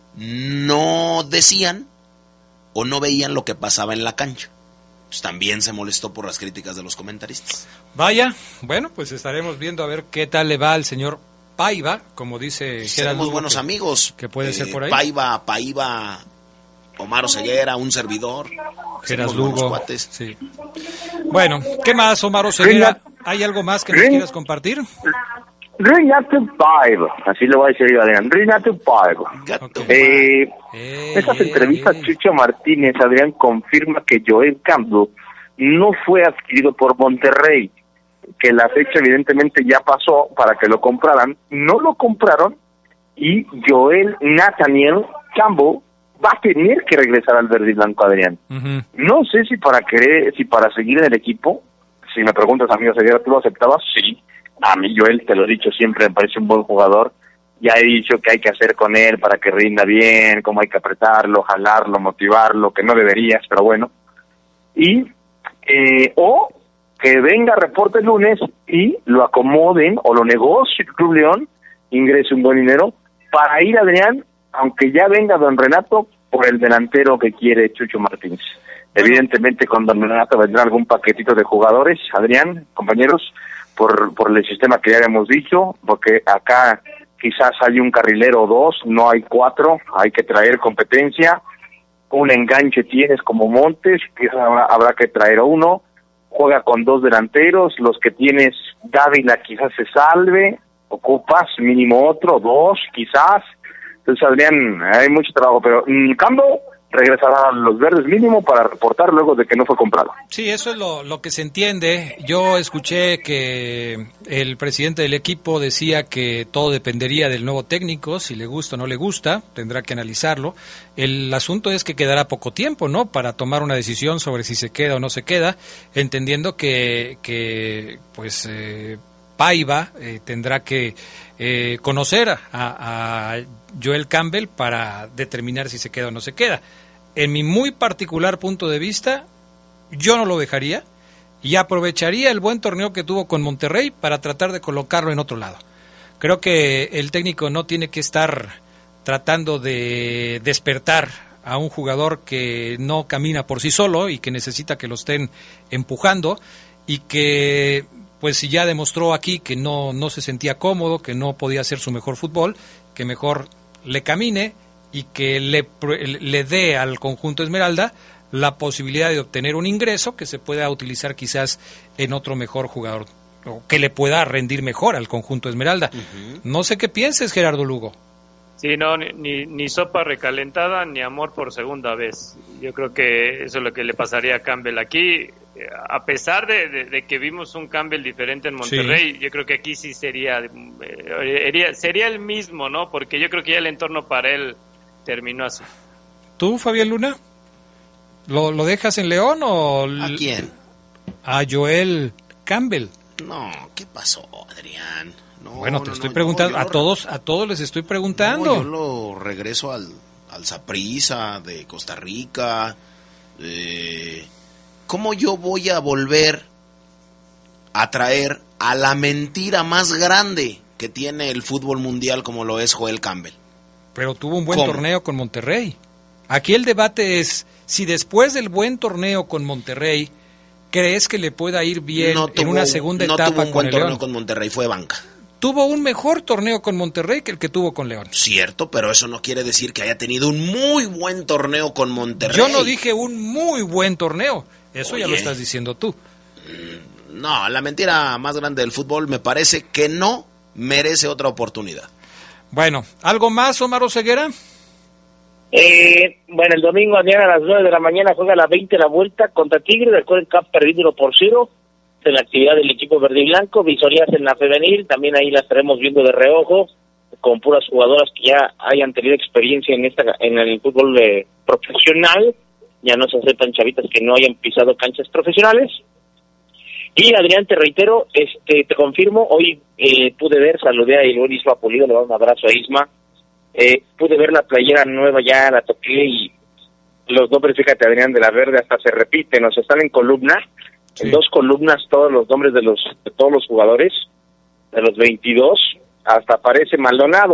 Speaker 11: no decían o no veían lo que pasaba en la cancha. Pues también se molestó por las críticas de los comentaristas.
Speaker 2: Vaya, bueno, pues estaremos viendo a ver qué tal le va al señor Paiva, como dice Gerardo.
Speaker 11: Somos buenos amigos.
Speaker 2: Que puede ser por ahí.
Speaker 11: Paiva, Omar Oseguera, un servidor.
Speaker 2: Gerardo Lugo. Sí. Bueno, ¿qué más, Omar Oseguera? ¿Hay algo más que nos quieras compartir?
Speaker 19: Renato Paiva, así lo voy a decir Adrián, Renato Paiva. Esas entrevistas, Chucho Martínez, Adrián, confirma que Joel Campbell no fue adquirido por Monterrey, que la fecha evidentemente ya pasó para que lo compraran, no lo compraron, y Joel Nathaniel Campbell va a tener que regresar al verde y blanco, Adrián. No sé si para seguir en el equipo, si me preguntas, amigo Ceguera, ¿tú lo aceptabas? Sí. A mí, Joel, te lo he dicho siempre, me parece un buen jugador. Ya he dicho qué hay que hacer con él para que rinda bien, cómo hay que apretarlo, jalarlo, motivarlo, que no deberías, pero bueno. Y, o que venga, reporte el lunes y lo acomoden o lo negocie el Club León, ingrese un buen dinero para ir, Adrián, aunque ya venga don Renato, por el delantero que quiere Chucho Martínez. Evidentemente con don Renato vendrá algún paquetito de jugadores, Adrián, compañeros, por el sistema que ya habíamos dicho, porque acá quizás hay un carrilero o dos, no hay 4, hay que traer competencia, un enganche tienes como Montes, quizás habrá que traer uno, juega con 2 delanteros, los que tienes, Dávila quizás se salve, ocupas mínimo otro, 2 quizás. Entonces, Adrián, hay mucho trabajo, pero Campbell regresará a los verdes mínimo para reportar luego de que no fue comprado.
Speaker 2: Sí, eso es lo que se entiende. Yo escuché que el presidente del equipo decía que todo dependería del nuevo técnico, si le gusta o no le gusta, tendrá que analizarlo. El asunto es que quedará poco tiempo, ¿no?, para tomar una decisión sobre si se queda o no se queda, entendiendo que Paiva tendrá que conocer a Joel Campbell para determinar si se queda o no se queda. En mi muy particular punto de vista, yo no lo dejaría y aprovecharía el buen torneo que tuvo con Monterrey para tratar de colocarlo en otro lado. Creo que el técnico no tiene que estar tratando de despertar a un jugador que no camina por sí solo y que necesita que lo estén empujando, y que pues si ya demostró aquí que no se sentía cómodo, que no podía hacer su mejor fútbol, que mejor le camine y que le dé al conjunto Esmeralda la posibilidad de obtener un ingreso que se pueda utilizar quizás en otro mejor jugador, o que le pueda rendir mejor al conjunto Esmeralda. No sé qué pienses, Gerardo Lugo.
Speaker 18: Sí, no, ni sopa recalentada, ni amor por segunda vez. Yo creo que eso es lo que le pasaría a Campbell aquí. A pesar de que vimos un Campbell diferente en Monterrey, sí, yo creo que aquí sí sería el mismo, ¿no? Porque yo creo que ya el entorno para él terminó así.
Speaker 2: ¿Tú, Fabián Luna? ¿Lo dejas en León o...?
Speaker 11: ¿A quién?
Speaker 2: A Joel Campbell.
Speaker 11: No, ¿qué pasó, Adrián? No,
Speaker 2: bueno, te estoy preguntando, a todos les estoy preguntando.
Speaker 11: Yo lo regreso al Saprissa de Costa Rica. ¿Cómo yo voy a volver a traer a la mentira más grande que tiene el fútbol mundial como lo es Joel Campbell?
Speaker 2: Pero tuvo un buen torneo con Monterrey. Aquí el debate es si después del buen torneo con Monterrey crees que le pueda ir bien en una segunda etapa con el León. No tuvo un buen torneo
Speaker 11: con Monterrey, fue banca.
Speaker 2: Tuvo un mejor torneo con Monterrey que el que tuvo con León.
Speaker 11: Cierto, pero eso no quiere decir que haya tenido un muy buen torneo con Monterrey.
Speaker 2: Yo no dije un muy buen torneo. Eso ya lo estás diciendo tú.
Speaker 11: No, la mentira más grande del fútbol me parece que no merece otra oportunidad.
Speaker 2: Bueno, ¿algo más, Omar Oseguera?
Speaker 4: Bueno, el domingo a las 9 de la mañana juega a las 20 la vuelta contra Tigre. Recuerden que ha perdido 1-0 en la actividad del equipo verde y blanco. Visorías en la femenil, también ahí la estaremos viendo de reojo, con puras jugadoras que ya hayan tenido experiencia en el fútbol profesional. Ya no se aceptan chavitas que no hayan pisado canchas profesionales. Y Adrián, te reitero, te confirmo, hoy pude ver, saludé a Luis Isma Pulido, le doy un abrazo a Isma. Pude ver la playera nueva, ya la toqué y los nombres, fíjate, Adrián, de la verde hasta se repiten, o sea, están en columna, sí, en 2 columnas todos los nombres de todos los jugadores, de los 22, hasta aparece Maldonado,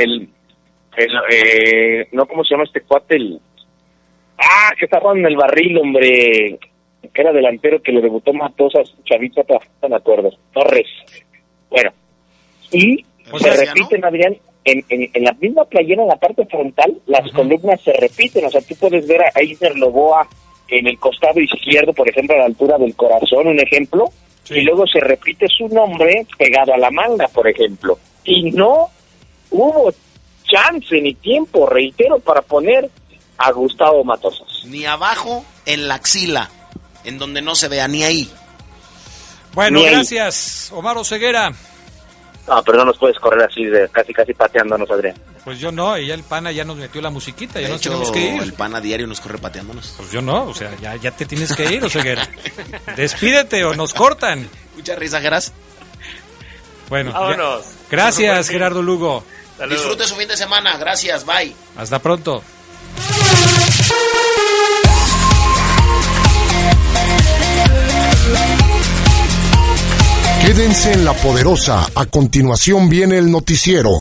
Speaker 4: no, ¿cómo se llama este cuate? Que está jugando en el Barril, hombre, que era delantero, que lo debutó Matosas, chavita, no me acuerdo, Torres. Bueno, y se repiten, ¿no, Adrián? En la misma playera, en la parte frontal, las columnas se repiten, o sea, tú puedes ver a Eisner Loboa en el costado izquierdo, por ejemplo, a la altura del corazón, un ejemplo, y luego se repite su nombre pegado a la manga, por ejemplo. Y no hubo chance ni tiempo, reitero, para poner a Gustavo Matosas.
Speaker 11: Ni abajo en la axila, en donde no se vea, ni ahí.
Speaker 2: Bueno, gracias, Omar Oseguera.
Speaker 4: Pero no nos puedes correr así, de casi pateándonos, Adrián.
Speaker 2: Pues yo no, y ya el pana ya nos metió la musiquita, ya
Speaker 11: de
Speaker 2: nos
Speaker 11: hecho,
Speaker 2: tenemos que ir.
Speaker 11: El pana diario nos corre pateándonos.
Speaker 2: Pues yo no, o sea, ya te tienes que ir, Oseguera. Despídete o nos cortan.
Speaker 11: Muchas risas, Geras.
Speaker 2: Bueno,
Speaker 18: vámonos.
Speaker 2: Gracias, Gerardo Lugo.
Speaker 11: Saludos. Disfrute su fin de semana, gracias, bye.
Speaker 2: Hasta pronto.
Speaker 8: Quédense en La Poderosa. A continuación viene el noticiero.